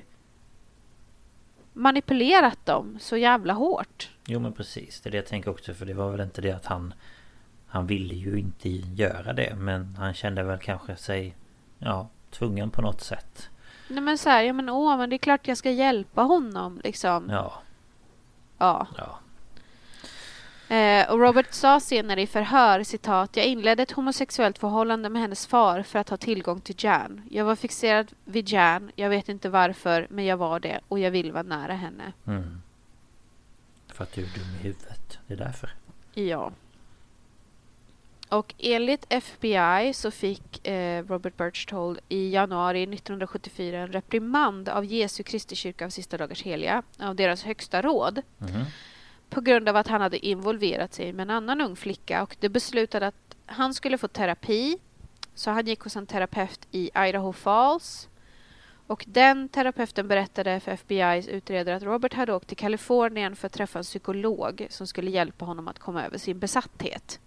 manipulerat dem så jävla hårt. Jo, men precis, det är det jag tänker också, för det var väl inte det att han ville ju inte göra det, men han kände väl kanske sig tvungen på något sätt. Nej, men så här, men det är klart jag ska hjälpa honom liksom. Ja. Och Robert sa senare i förhör, citat, jag inledde ett homosexuellt förhållande med hennes far för att ha tillgång till Jan. Jag var fixerad vid Jan, jag vet inte varför, men jag var det, och jag vill vara nära henne. För att du är dum i huvudet, det är därför. Ja. Och enligt FBI så fick Robert Berchtold i januari 1974 en reprimand av Jesu Kristi kyrka av sista dagars heliga, av deras högsta råd. På grund av att han hade involverat sig med en annan ung flicka, och det beslutade att han skulle få terapi. Så han gick hos en terapeut i Idaho Falls. Och den terapeuten berättade för FBI:s utredare att Robert hade åkt till Kalifornien för att träffa en psykolog som skulle hjälpa honom att komma över sin besatthet.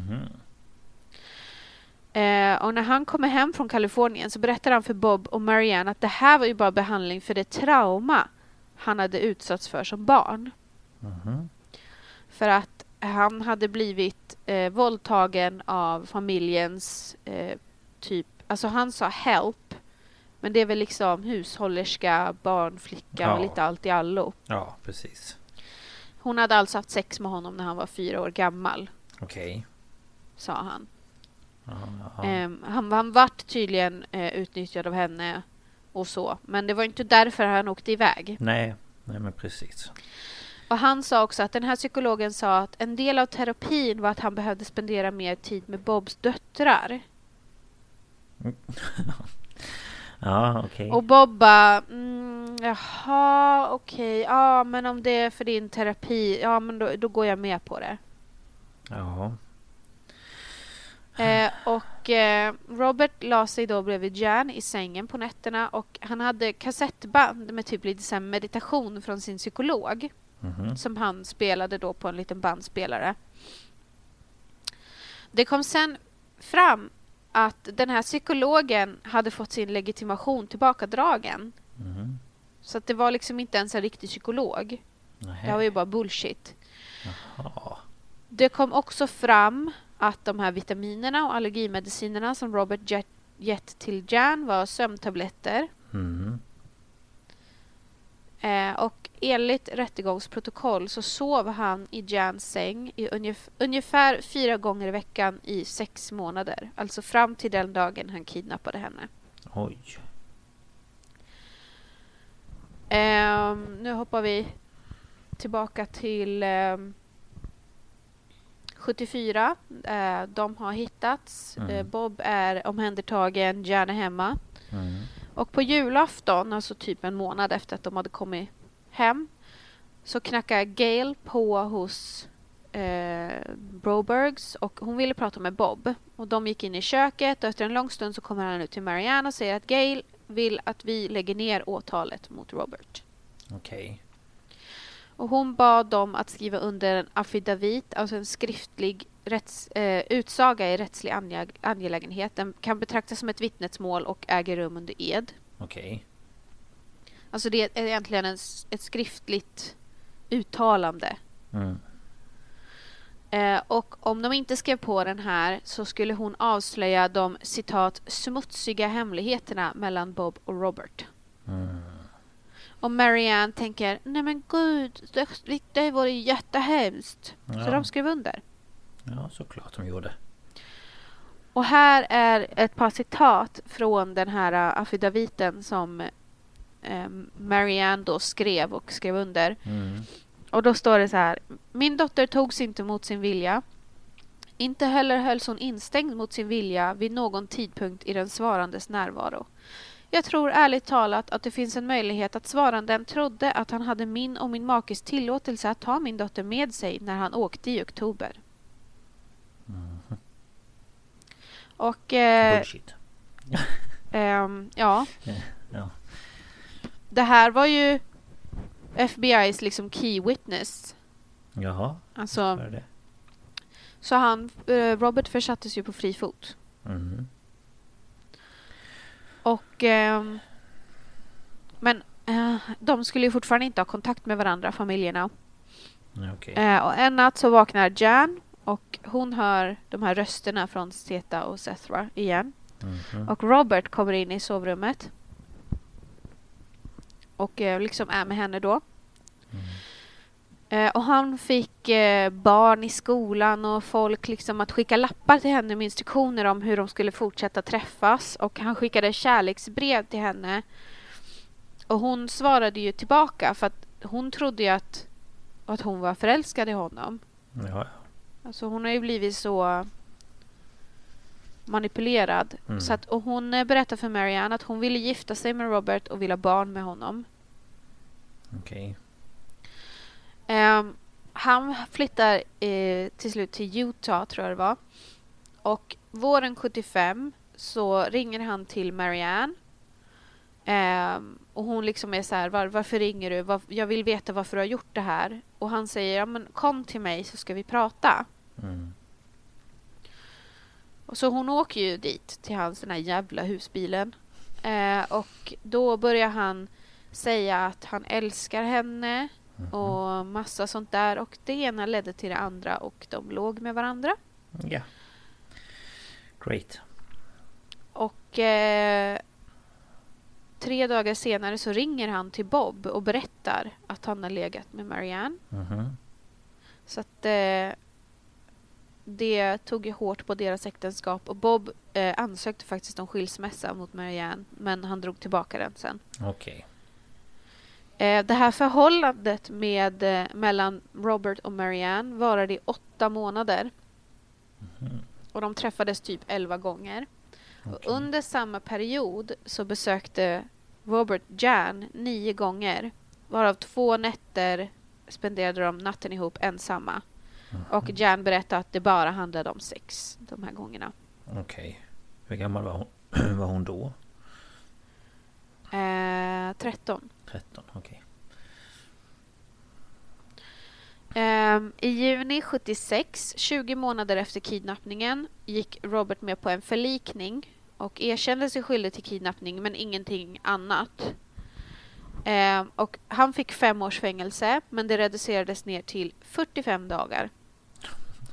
Och när han kommer hem från Kalifornien så berättar han för Bob och Marianne att det här var ju bara behandling för det trauma han hade utsatts för som barn. För att han hade blivit våldtagen av familjens typ, alltså han sa help, men det är väl liksom hushållerska, barnflicka och lite allt i allo. Ja, precis. Hon hade alltså haft sex med honom när han var 4 år gammal. Okej. Sa han. Han vart tydligen utnyttjad av henne och så, men det var inte därför han åkte iväg. Nej men precis. Och han sa också att den här psykologen sa att en del av terapin var att han behövde spendera mer tid med Bobs döttrar. Ja, okej. Och Bob bara, jaha, okej. Ja, men om det är för din terapi, ja men då går jag med på det. Ja. Och Robert la sig då bredvid Jan i sängen på nätterna, och han hade kassettband med typ lite så här meditation från sin psykolog som han spelade då på en liten bandspelare. Det kom sen fram att den här psykologen hade fått sin legitimation tillbakadragen. Så att det var liksom inte ens en riktig psykolog. Det var ju bara bullshit. Jaha. Det kom också fram att de här vitaminerna och allergimedicinerna som Robert gett till Jan var sömntabletter. Och enligt rättegångsprotokoll så sov han i Jans säng i ungefär 4 gånger i veckan i 6 månader. Alltså fram till den dagen han kidnappade henne. Oj. Nu hoppar vi tillbaka till 74. De har hittats. Bob är omhändertagen, Jan är hemma. Och på julafton, alltså typ en månad efter att de hade kommit hem, så knackar Gail på hos Brobergs och hon ville prata med Bob. Och de gick in i köket och efter en lång stund så kommer han ut till Marianne och säger att Gail vill att vi lägger ner åtalet mot Robert. Okej. Och hon bad dem att skriva under en affidavit, alltså en skriftlig utsaga i rättslig angelägenhet. Den kan betraktas som ett vittnesmål och äger rum under ed. Okej. Alltså det är egentligen ett skriftligt uttalande. Och om de inte skrev på den här så skulle hon avslöja de citat smutsiga hemligheterna mellan Bob och Robert. Och Marianne tänker, nej men gud, det var ju jättehemskt. Ja. Så de skrev under. Ja, såklart de gjorde. Och här är ett par citat från den här affidaviten som Marianne då skrev under. Och då står det så här: min dotter togs inte mot sin vilja. Inte heller hölls hon instängd mot sin vilja vid någon tidpunkt i den svarandes närvaro. Jag tror ärligt talat att det finns en möjlighet att svaranden trodde att han hade min och min makes tillåtelse att ta min dotter med sig när han åkte i oktober. Och bullshit. Ja. Det här var ju FBI's liksom key witness. Jaha. Alltså, så Robert försattes ju på fri fot. Och men de skulle ju fortfarande inte ha kontakt med varandra, familjerna. Okay. Och en natt så vaknar Jan och hon hör de här rösterna från Zeta och Sethra igen. Och Robert kommer in i sovrummet och liksom är med henne då. Och han fick barn i skolan och folk liksom att skicka lappar till henne med instruktioner om hur de skulle fortsätta träffas. Och han skickade kärleksbrev till henne. Och hon svarade ju tillbaka för att hon trodde ju att hon var förälskad i honom. Ja. Alltså hon har ju blivit så manipulerad. Så att, och hon berättade för Marianne att hon ville gifta sig med Robert och ville ha barn med honom. Okej. Han flyttar till slut till Utah, tror jag det var. Och våren 75 så ringer han till Marianne. Och hon liksom är så här, varför ringer du? Jag vill veta varför du har gjort det här. Och han säger, ja men kom till mig så ska vi prata. Och så hon åker ju dit till hans den här jävla husbilen. Och då börjar han säga att han älskar henne. Och massa sånt där. Och det ena ledde till det andra. Och de låg med varandra. Ja. Great. Och 3 dagar senare så ringer han till Bob och berättar att han har legat med Marianne. Så att det tog ju hårt på deras äktenskap. Och Bob ansökte faktiskt om skilsmässa mot Marianne. Men han drog tillbaka den sen. Okej. Det här förhållandet mellan Robert och Marianne varade i 8 månader. Och de träffades typ 11 gånger. Och under samma period så besökte Robert Jan 9 gånger. Varav 2 nätter spenderade de natten ihop ensamma. Och Jan berättade att det bara handlade om sex de här gångerna. Okej. Hur gammal var hon då? 13. 13, okej. I juni 76, 20 månader efter kidnappningen, gick Robert med på en förlikning och erkände sig skyldig till kidnappning men ingenting annat. Och han fick 5 års fängelse, men det reducerades ner till 45 dagar.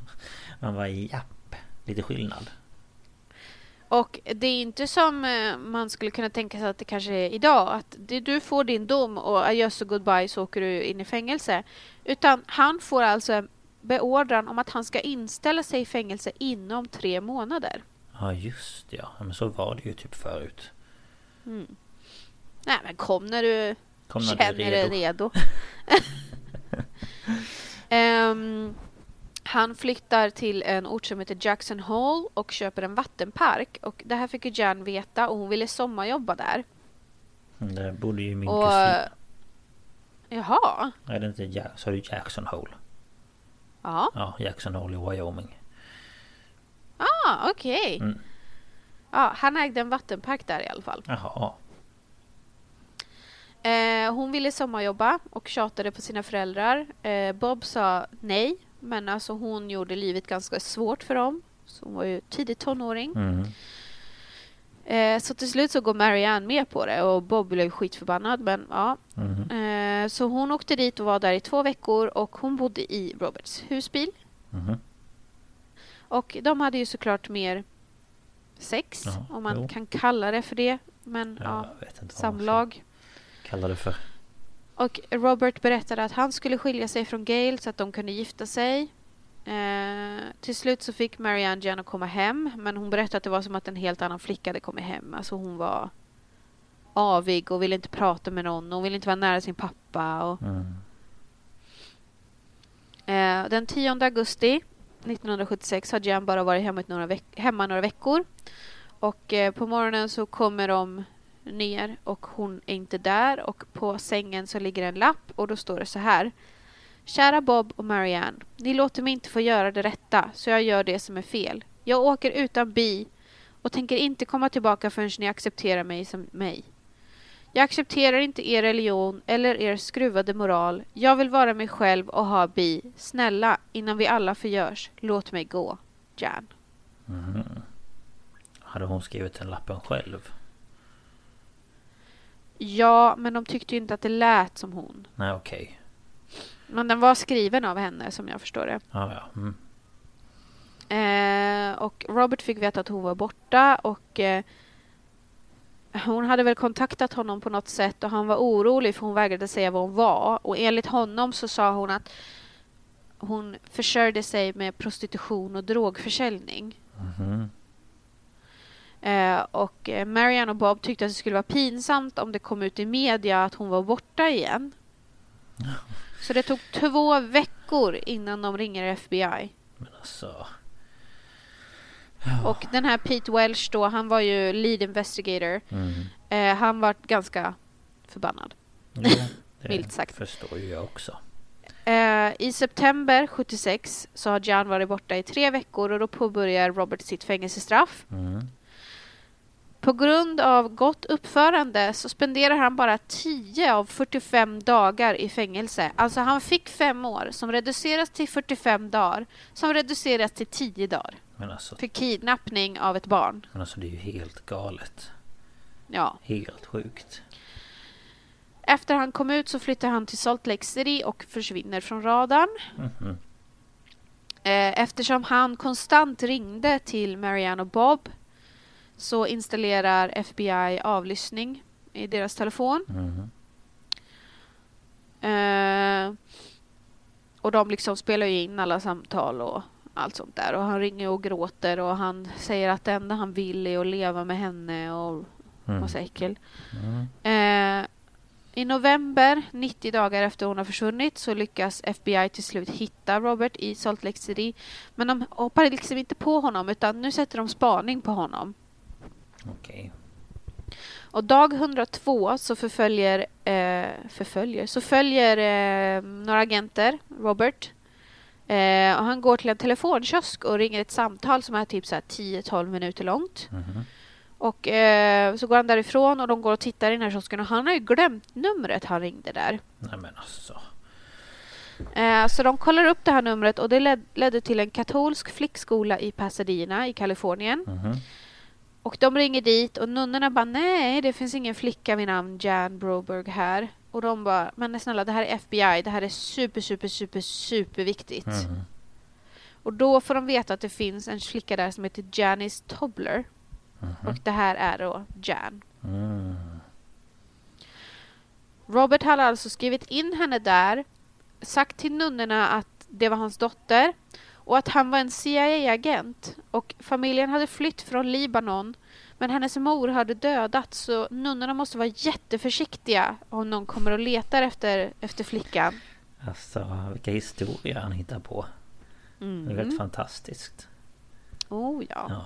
Man var japp, lite skillnad. Och det är inte som man skulle kunna tänka sig att det kanske är idag. Att du får din dom och adjöss och goodbye så åker du in i fängelse. Utan han får alltså en beordran om att han ska inställa sig i fängelse inom 3 månader. Ja just ja, men så var det ju typ förut. Nej men kom när du känner dig redo. Han flyttar till en ort som heter Jackson Hole och köper en vattenpark. Och det här fick ju Jan veta och hon ville sommarjobba där. Där bodde ju min kusin. Jaha. Är det inte så är det Jackson Hole? Ja. Ja, Jackson Hole i Wyoming. Okej. Ja, han ägde en vattenpark där i alla fall. Jaha. Hon ville sommarjobba och tjatade på sina föräldrar. Bob sa nej. Men alltså hon gjorde livet ganska svårt för dem. Så hon var ju tidigt tonåring. Så till slut så går Marianne med på det. Och Bob blev skitförbannad. Men ja. Så hon åkte dit och var där i 2 veckor. Och hon bodde i Roberts husbil. Och de hade ju såklart mer sex. Om man kan kalla det för det. Men ja, vet inte samlag. Kallar det för. Och Robert berättade att han skulle skilja sig från Gail så att de kunde gifta sig. Till slut så fick Marianne Jan att komma hem. Men hon berättade att det var som att en helt annan flicka hade kommit hem. Alltså hon var avig och ville inte prata med någon. Hon ville inte vara nära sin pappa. Och den 10 augusti 1976 har Jan bara varit hemma några veckor. Och på morgonen så kommer de ner och hon är inte där. Och på sängen så ligger en lapp och då står det så här: kära Bob och Marianne, ni låter mig inte få göra det rätta, så jag gör det som är fel. Jag åker utan bi och tänker inte komma tillbaka förrän ni accepterar mig som mig. Jag accepterar inte er religion eller er skruvade moral. Jag vill vara mig själv och ha bi. Snälla, innan vi alla förgörs, låt mig gå. Jan. Hade hon skrivit den lappen själv? Ja, men de tyckte ju inte att det lät som hon. Nej, okej. Men den var skriven av henne, som jag förstår det. Ja. Och Robert fick veta att hon var borta. Och hon hade väl kontaktat honom på något sätt. Och han var orolig för hon vägrade säga vad hon var. Och enligt honom så sa hon att hon försörjde sig med prostitution och drogförsäljning. Och Marianne och Bob tyckte att det skulle vara pinsamt om det kom ut i media att hon var borta igen. Så det tog 2 veckor innan de ringer FBI. Men alltså. Och den här Pete Welch då, han var ju lead investigator. Han var ganska förbannad. Milt sagt. Förstår ju jag också. I september 76 så har Jan varit borta i 3 veckor och då påbörjar Robert sitt fängelsestraff. På grund av gott uppförande så spenderar han bara 10 av 45 dagar i fängelse. Alltså han fick 5 år som reduceras till 45 dagar som reduceras till 10 dagar. Men alltså, för kidnappning av ett barn. Men alltså det är ju helt galet. Ja. Helt sjukt. Efter han kom ut så flyttar han till Salt Lake City och försvinner från radarn. Eftersom han konstant ringde till Marianne och Bob så installerar FBI avlyssning i deras telefon. Och de liksom spelar ju in alla samtal och allt sånt där. Och han ringer och gråter och han säger att det enda han vill är att leva med henne och massa äckel. I november, 90 dagar efter hon har försvunnit, så lyckas FBI till slut hitta Robert i Salt Lake City. Men de hoppar liksom inte på honom utan nu sätter de spaning på honom. Okej. Och dag 102 så följer några agenter Robert. Och han går till en telefonkiosk och ringer ett samtal som är typ så här 10-12 minuter långt. Och så går han därifrån och de går och tittar i den här kiosken och han har ju glömt numret han ringde där. Nej men alltså. Så de kollar upp det här numret och det ledde till en katolsk flickskola i Pasadena i Kalifornien. Och de ringer dit och nunnorna bara nej, det finns ingen flicka vid namn Jan Broberg här. Och de bara, men snälla det här är FBI, det här är super viktigt. Och då får de veta att det finns en flicka där som heter Janice Tobler. Och det här är då Jan. Robert hade alltså skrivit in henne där, sagt till nunnorna att det var hans dotter och att han var en CIA-agent. Och familjen hade flytt från Libanon, men hennes mor hade dödats, så nunnorna måste vara jätteförsiktiga om någon kommer och letar efter flickan. Alltså, vilka historier han hittar på. Det är väldigt fantastiskt. Oh ja.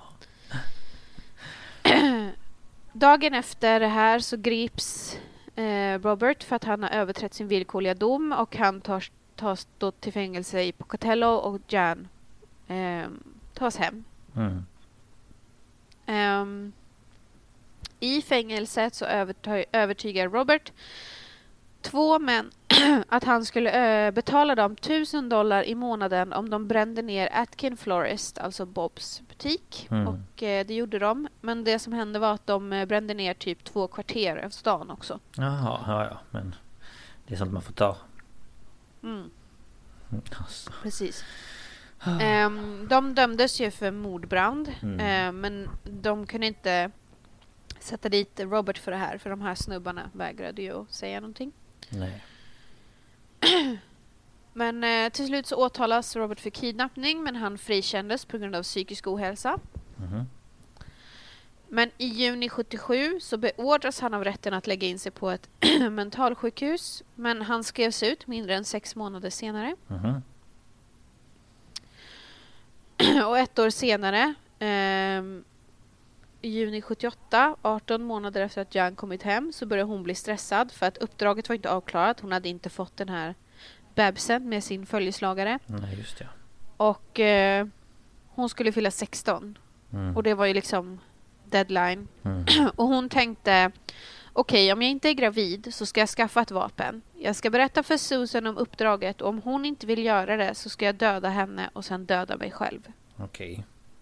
Dagen efter det här så grips Robert för att han har överträtt sin villkorliga dom, och han tas då till fängelse i Pocatello, och Jan tas hem. I fängelset så övertygar Robert 2 män att han skulle betala dem $1,000 i månaden om de brände ner Atkin Florist, alltså Bobs butik. Och det gjorde de. Men det som hände var att de brände ner typ 2 kvarter av stan också. Jaha, ja. Men det är sånt man får ta. Alltså. Precis. De dömdes ju för mordbrand. Men de kunde inte sätta dit Robert för det här. För de här snubbarna vägrade ju att säga någonting. Nej. Men till slut så åtalas Robert för kidnappning, men han frikändes på grund av psykisk ohälsa. Men i juni 77 så beordras han av rätten att lägga in sig på ett mentalsjukhus, men han skrevs ut mindre än 6 månader senare. Och 1 år senare, i juni 78, 18 månader efter att Jan kommit hem, så började hon bli stressad för att uppdraget var inte avklarat. Hon hade inte fått den här bebisen med sin följeslagare. Nej, just det. Och hon skulle fylla 16. Och det var ju liksom deadline. Och hon tänkte, okej, om jag inte är gravid så ska jag skaffa ett vapen. Jag ska berätta för Susan om uppdraget, och om hon inte vill göra det så ska jag döda henne och sen döda mig själv. Okej.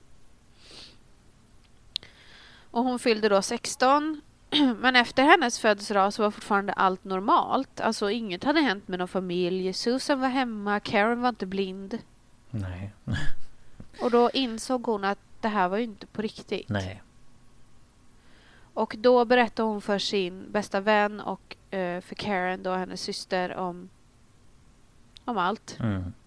Och hon fyllde då 16. Men efter hennes födelsedag så var fortfarande allt normalt. Alltså inget hade hänt med någon familj. Susan var hemma, Karen var inte blind. Nej. Och då insåg hon att det här var ju inte på riktigt. Nej. Och då berättade hon för sin bästa vän och för Karen, då hennes syster, om allt.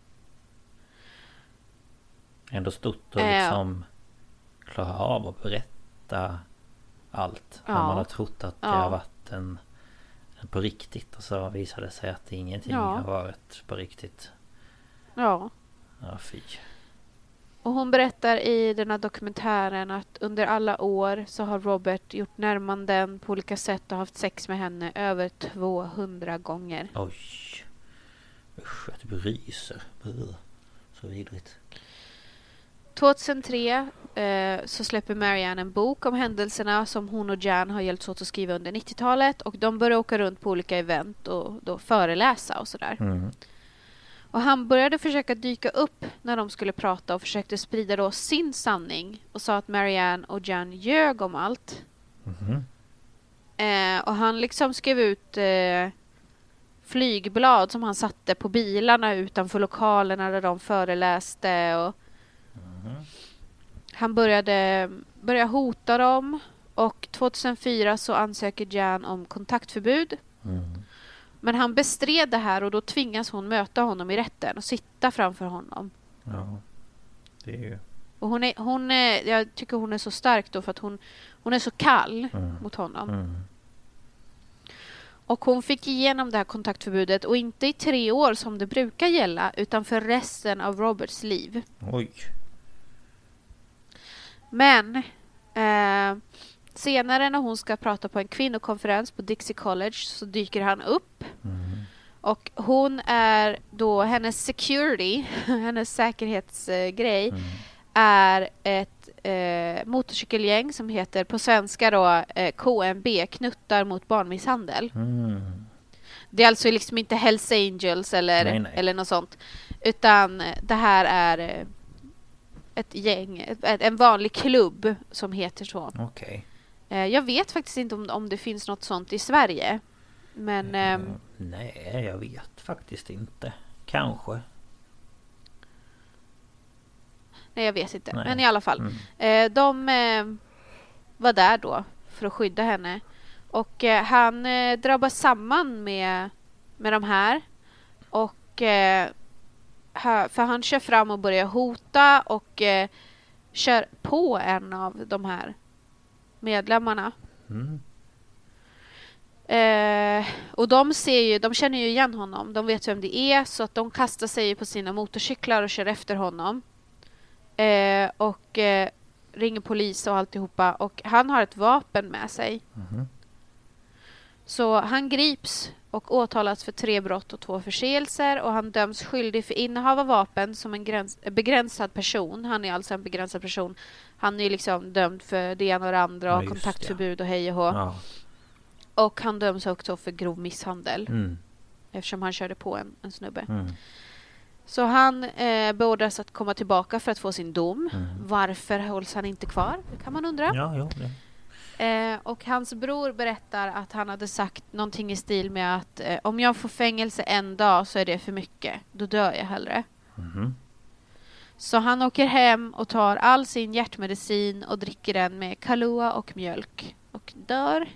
Ändå stort att liksom klara av att berätta allt. När man har trott att det har varit en på riktigt, och så visade det sig att ingenting har varit på riktigt. Ja, fy. Och hon berättar i den här dokumentären att under alla år så har Robert gjort närmanden på olika sätt och haft sex med henne över 200 gånger. Oj. Usch, jag typ ryser. Så vidrigt. 2003 så släpper Marianne en bok om händelserna som hon och Jan har hjälpts åt att skriva under 90-talet. Och de börjar åka runt på olika event och då föreläsa och sådär. Och han började försöka dyka upp när de skulle prata och försökte sprida då sin sanning. Och sa att Marianne och Jan ljög om allt. Och han liksom skrev ut flygblad som han satte på bilarna utanför lokalerna där de föreläste. Och han började hota dem. Och 2004 så ansöker Jan om kontaktförbud. Men han bestred det här och då tvingas hon möta honom i rätten och sitta framför honom. Ja, det är ju... Och hon är, jag tycker hon är så stark då för att hon är så kall mot honom. Och hon fick igenom det här kontaktförbudet och inte i 3 år som det brukar gälla utan för resten av Roberts liv. Oj. Men senare när hon ska prata på en kvinnokonferens på Dixie College så dyker han upp. Och hon är då, hennes security, hennes säkerhetsgrej är ett motorcykelgäng som heter på svenska då KMB, Knuttar mot barnmisshandel. Det är alltså liksom inte Hells Angels eller något sånt. Utan det här är ett gäng, en vanlig klubb som heter så. Okej. Jag vet faktiskt inte om det finns något sånt i Sverige. Men nej, jag vet faktiskt inte. Kanske. Nej, jag vet inte. Nej. Men i alla fall. De var där då för att skydda henne. Och han drabbas samman med de här. Och för han kör fram och börjar hota och kör på en av de här medlemmarna. Och de känner ju igen honom. De vet vem det är, så att de kastar sig på sina motorcyklar och kör efter honom. Och ringer polis och alltihopa. Och han har ett vapen med sig. Så han grips och åtalas för 3 brott och 2 förseelser. Och han döms skyldig för innehav av vapen som en begränsad person. Han är alltså en begränsad person. Han är liksom dömd för det ena och det andra. Och kontaktförbud och hej och hå. Ja. Och han döms också för grov misshandel. Eftersom han körde på en snubbe. Så han beordras att komma tillbaka för att få sin dom. Varför hålls han inte kvar? Det kan man undra. Ja, jo, det. Och hans bror berättar att han hade sagt någonting i stil med att om jag får fängelse en dag så är det för mycket. Då dör jag hellre. Så han åker hem och tar all sin hjärtmedicin och dricker den med Kahlua och mjölk. Och dör.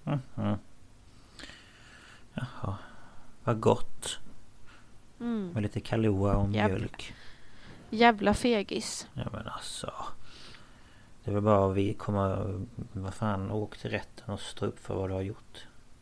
Jaha. Vad gott. Med lite Kahlua och mjölk. Jävla fegis. Ja, men alltså. Det var bara vi kommer... Vad fan, åk till rätten och stå upp för vad du har gjort.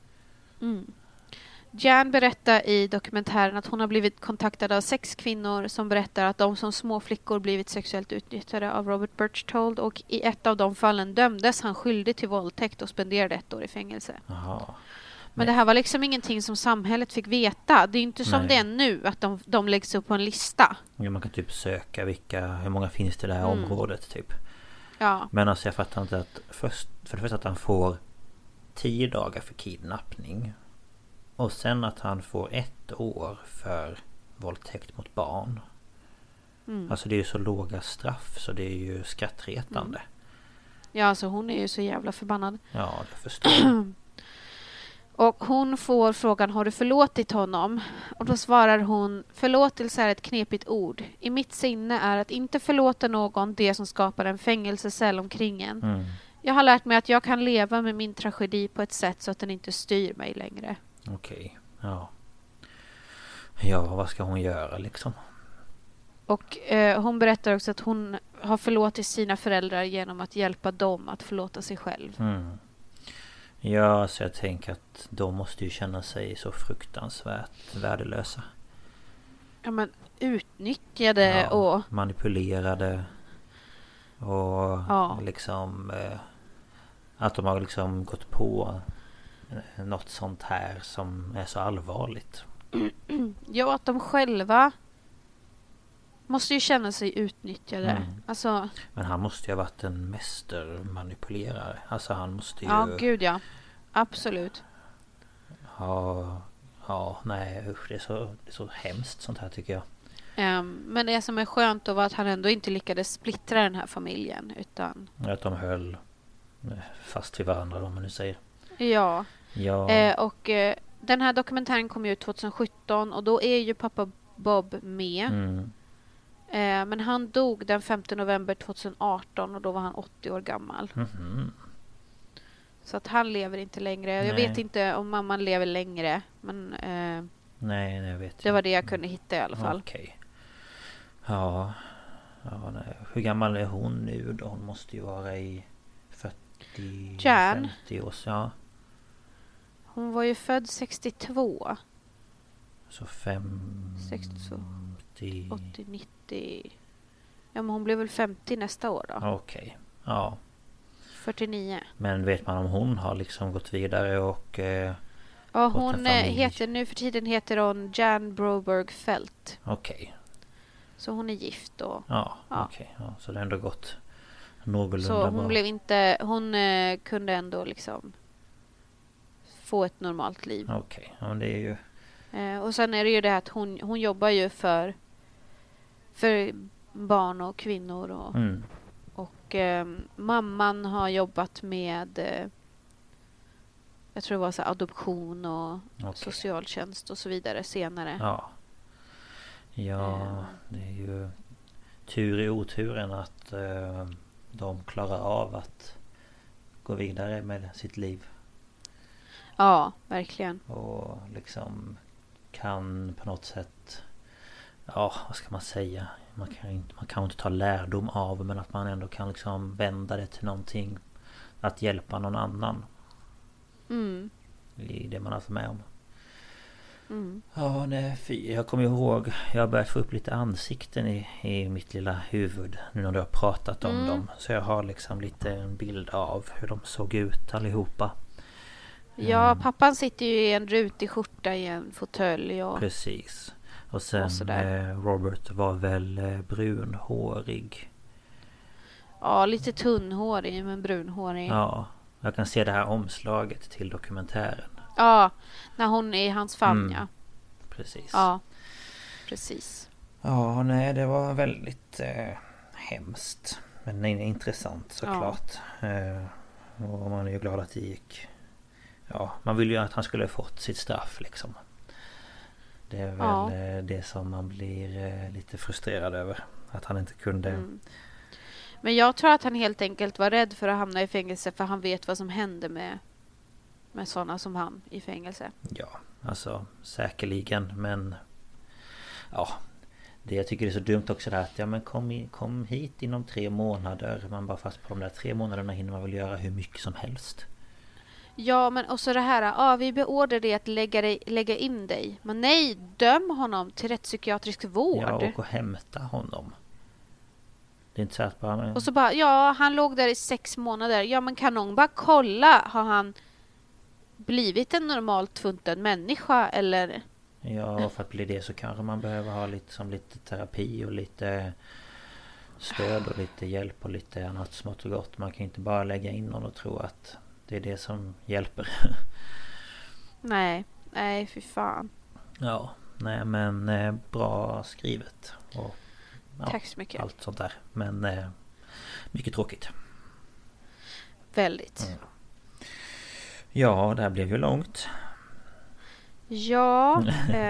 Jan berättar i dokumentären att hon har blivit kontaktad av 6 kvinnor som berättar att de som små flickor blivit sexuellt utnyttjade av Robert Berchtold, och i ett av de fallen dömdes han skyldig till våldtäkt och spenderade 1 år i fängelse. Aha. Men det här var liksom ingenting som samhället fick veta. Det är inte som det är nu att de läggs upp på en lista. Ja, man kan typ söka hur många finns det i det här området typ. Ja. Men alltså jag fattar inte att för det första att han får 10 dagar för kidnappning. Och sen att han får 1 år för våldtäkt mot barn. Alltså det är ju så låga straff så det är ju skrattretande. Ja, alltså hon är ju så jävla förbannad. Ja, det förstår jag. Och hon får frågan, har du förlåtit honom? Och då svarar hon, förlåtelse är ett knepigt ord. I mitt sinne är att inte förlåta någon det som skapar en fängelsecell omkring en. Jag har lärt mig att jag kan leva med min tragedi på ett sätt så att den inte styr mig längre. Okej, ja. Ja, vad ska hon göra liksom? Och hon berättar också att hon har förlåtit sina föräldrar genom att hjälpa dem att förlåta sig själv. Ja, så jag tänker att de måste ju känna sig så fruktansvärt värdelösa. Ja, men utnyttjade och... manipulerade. Och liksom... att de har liksom gått på något sånt här som är så allvarligt. Ja, att de själva måste ju känna sig utnyttjade. Alltså... Men han måste ju ha varit en mästermanipulerare. Alltså han måste ju... Ja, gud ja. Absolut. Ja, nej usch, det är så hemskt sånt här tycker jag. Men det som är skönt då var att han ändå inte lyckades splittra den här familjen utan... Att de höll fast vid varandra om man nu säger. Ja. Och den här dokumentären kom ju ut 2017 och då är ju pappa Bob med. Men han dog den 5 november 2018 och då var han 80 år gammal. Så att han lever inte längre. Jag vet inte om mamman lever längre. Men nej, jag vet det var det jag kunde hitta i alla fall. Okej. Ja, nej. Hur gammal är hon nu då? Hon måste ju vara i 40-50 år. Ja. Hon var ju född 62. Så 62, 80, 90. Ja, men hon blev väl 50 nästa år då. Okej. Ja. 49. Men vet man om hon har liksom gått vidare och... ja, hon heter nu för tiden heter hon Jan Broberg Felt. Okej. Så hon är gift och... Ja. Okej. Ja, så det har ändå gått någorlunda så hon bra. blev inte... Hon kunde ändå liksom få ett normalt liv. Okej. Ja, det är ju... och sen är det ju det att hon jobbar ju för barn och kvinnor och... Och mamman har jobbat med jag tror det var så adoption och socialtjänst och så vidare senare. Ja, det är ju tur i oturen att de klarar av att gå vidare med sitt liv. Ja, verkligen. Och liksom kan på något sätt, ja, vad ska man säga, man kan inte ta lärdom av, men att man ändå kan liksom vända det till någonting, att hjälpa någon annan i det man har för med om. Ja, nej, jag kommer ihåg, jag har börjat få upp lite ansikten i mitt lilla huvud nu när du har pratat om dem, så jag har liksom lite en bild av hur de såg ut allihopa. Ja, pappan sitter ju i en rutig skjorta i en fåtölj. Precis. Och sen Robert var väl brunhårig. Ja, lite tunnhårig men brunhårig. Ja, jag kan se det här omslaget till dokumentären. Ja, när hon är i hans famn, ja. Precis. Ja, precis. Ja, nej, det var väldigt hemskt. Men intressant såklart. Och man är ju glad att det gick. Ja, man vill ju att han skulle ha fått sitt straff liksom. Det är väl det som man blir lite frustrerad över. Att han inte kunde... Men jag tror att han helt enkelt var rädd för att hamna i fängelse, för han vet vad som hände med sådana som han i fängelse. Ja, alltså säkerligen, men ja, det jag tycker är så dumt också är att ja, men kom hit inom 3 månader. Man bara fast på de där 3 månaderna hinner man väl göra hur mycket som helst. Ja, men också det här, vi beordrar dig att lägga in dig. Men nej, döm honom till rättspsykiatrisk vård. Ja, och hämta honom. Det är inte så att bara... Och så bara, ja, han låg där i 6 månader. Ja, men kan någon bara kolla, har han blivit en normalt funtad människa eller? Ja, för att bli det så kanske man behöver ha lite terapi och lite stöd och lite hjälp och lite annat smått och gott. Man kan inte bara lägga in någon och tro att det är det som hjälper. Nej, fy fan. Ja, nej men bra skrivet. Och, ja, tack så mycket. Allt sånt där. Men mycket tråkigt. Väldigt. Ja, det här blev ju långt. Ja.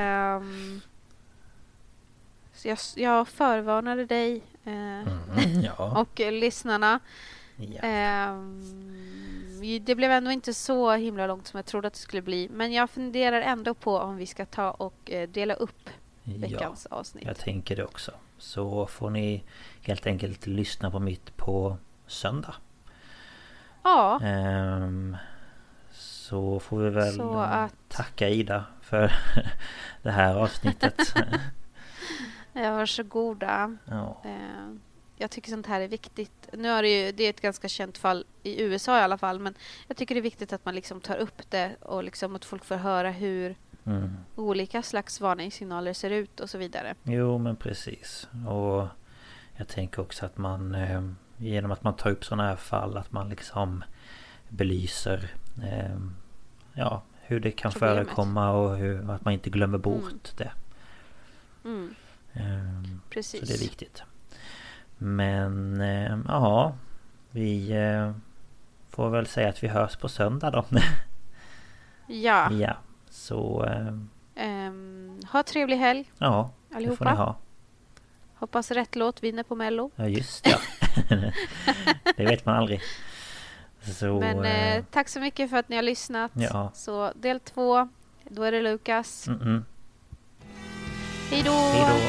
Jag förvarnade dig och lyssnarna. Ja. Det blev ändå inte så himla långt som jag trodde att det skulle bli. Men jag funderar ändå på om vi ska ta och dela upp veckans avsnitt. Jag tänker det också. Så får ni helt enkelt lyssna på mitt på söndag. Ja. Så får vi väl tacka Ida för det här avsnittet. Ja, varsågoda. Ja. Jag tycker sånt här är viktigt. Nu är det är ett ganska känt fall i USA i alla fall, men jag tycker det är viktigt att man liksom tar upp det och liksom att folk får höra hur olika slags varningssignaler ser ut och så vidare. Jo, men precis. Och jag tänker också att man genom att man tar upp sådana här fall, att man liksom belyser hur det kan förekomma och att man inte glömmer bort det. Precis. Så det är viktigt. Men vi får väl säga att vi hörs på söndag då. Ja. Ja, så ha trevlig helg. Ja, allihopa. Det får ni ha. Hoppas rätt låt vinner på Mello. Ja, just det. Det vet man aldrig. Så, men tack så mycket för att ni har lyssnat. Ja. Så del 2, då är det Lukas. Hej då! Hej då!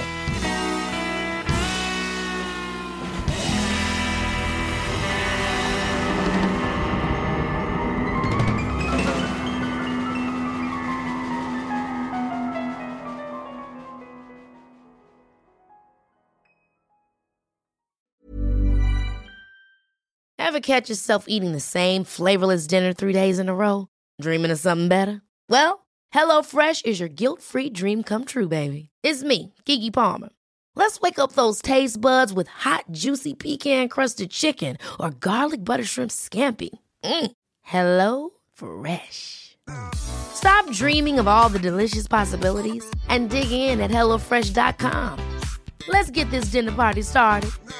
Ever catch yourself eating the same flavorless dinner 3 days in a row? Dreaming of something better? Well, HelloFresh is your guilt-free dream come true, baby. It's me, Keke Palmer. Let's wake up those taste buds with hot, juicy pecan-crusted chicken or garlic butter shrimp scampi. Hello Fresh. Stop dreaming of all the delicious possibilities and dig in at HelloFresh.com. Let's get this dinner party started.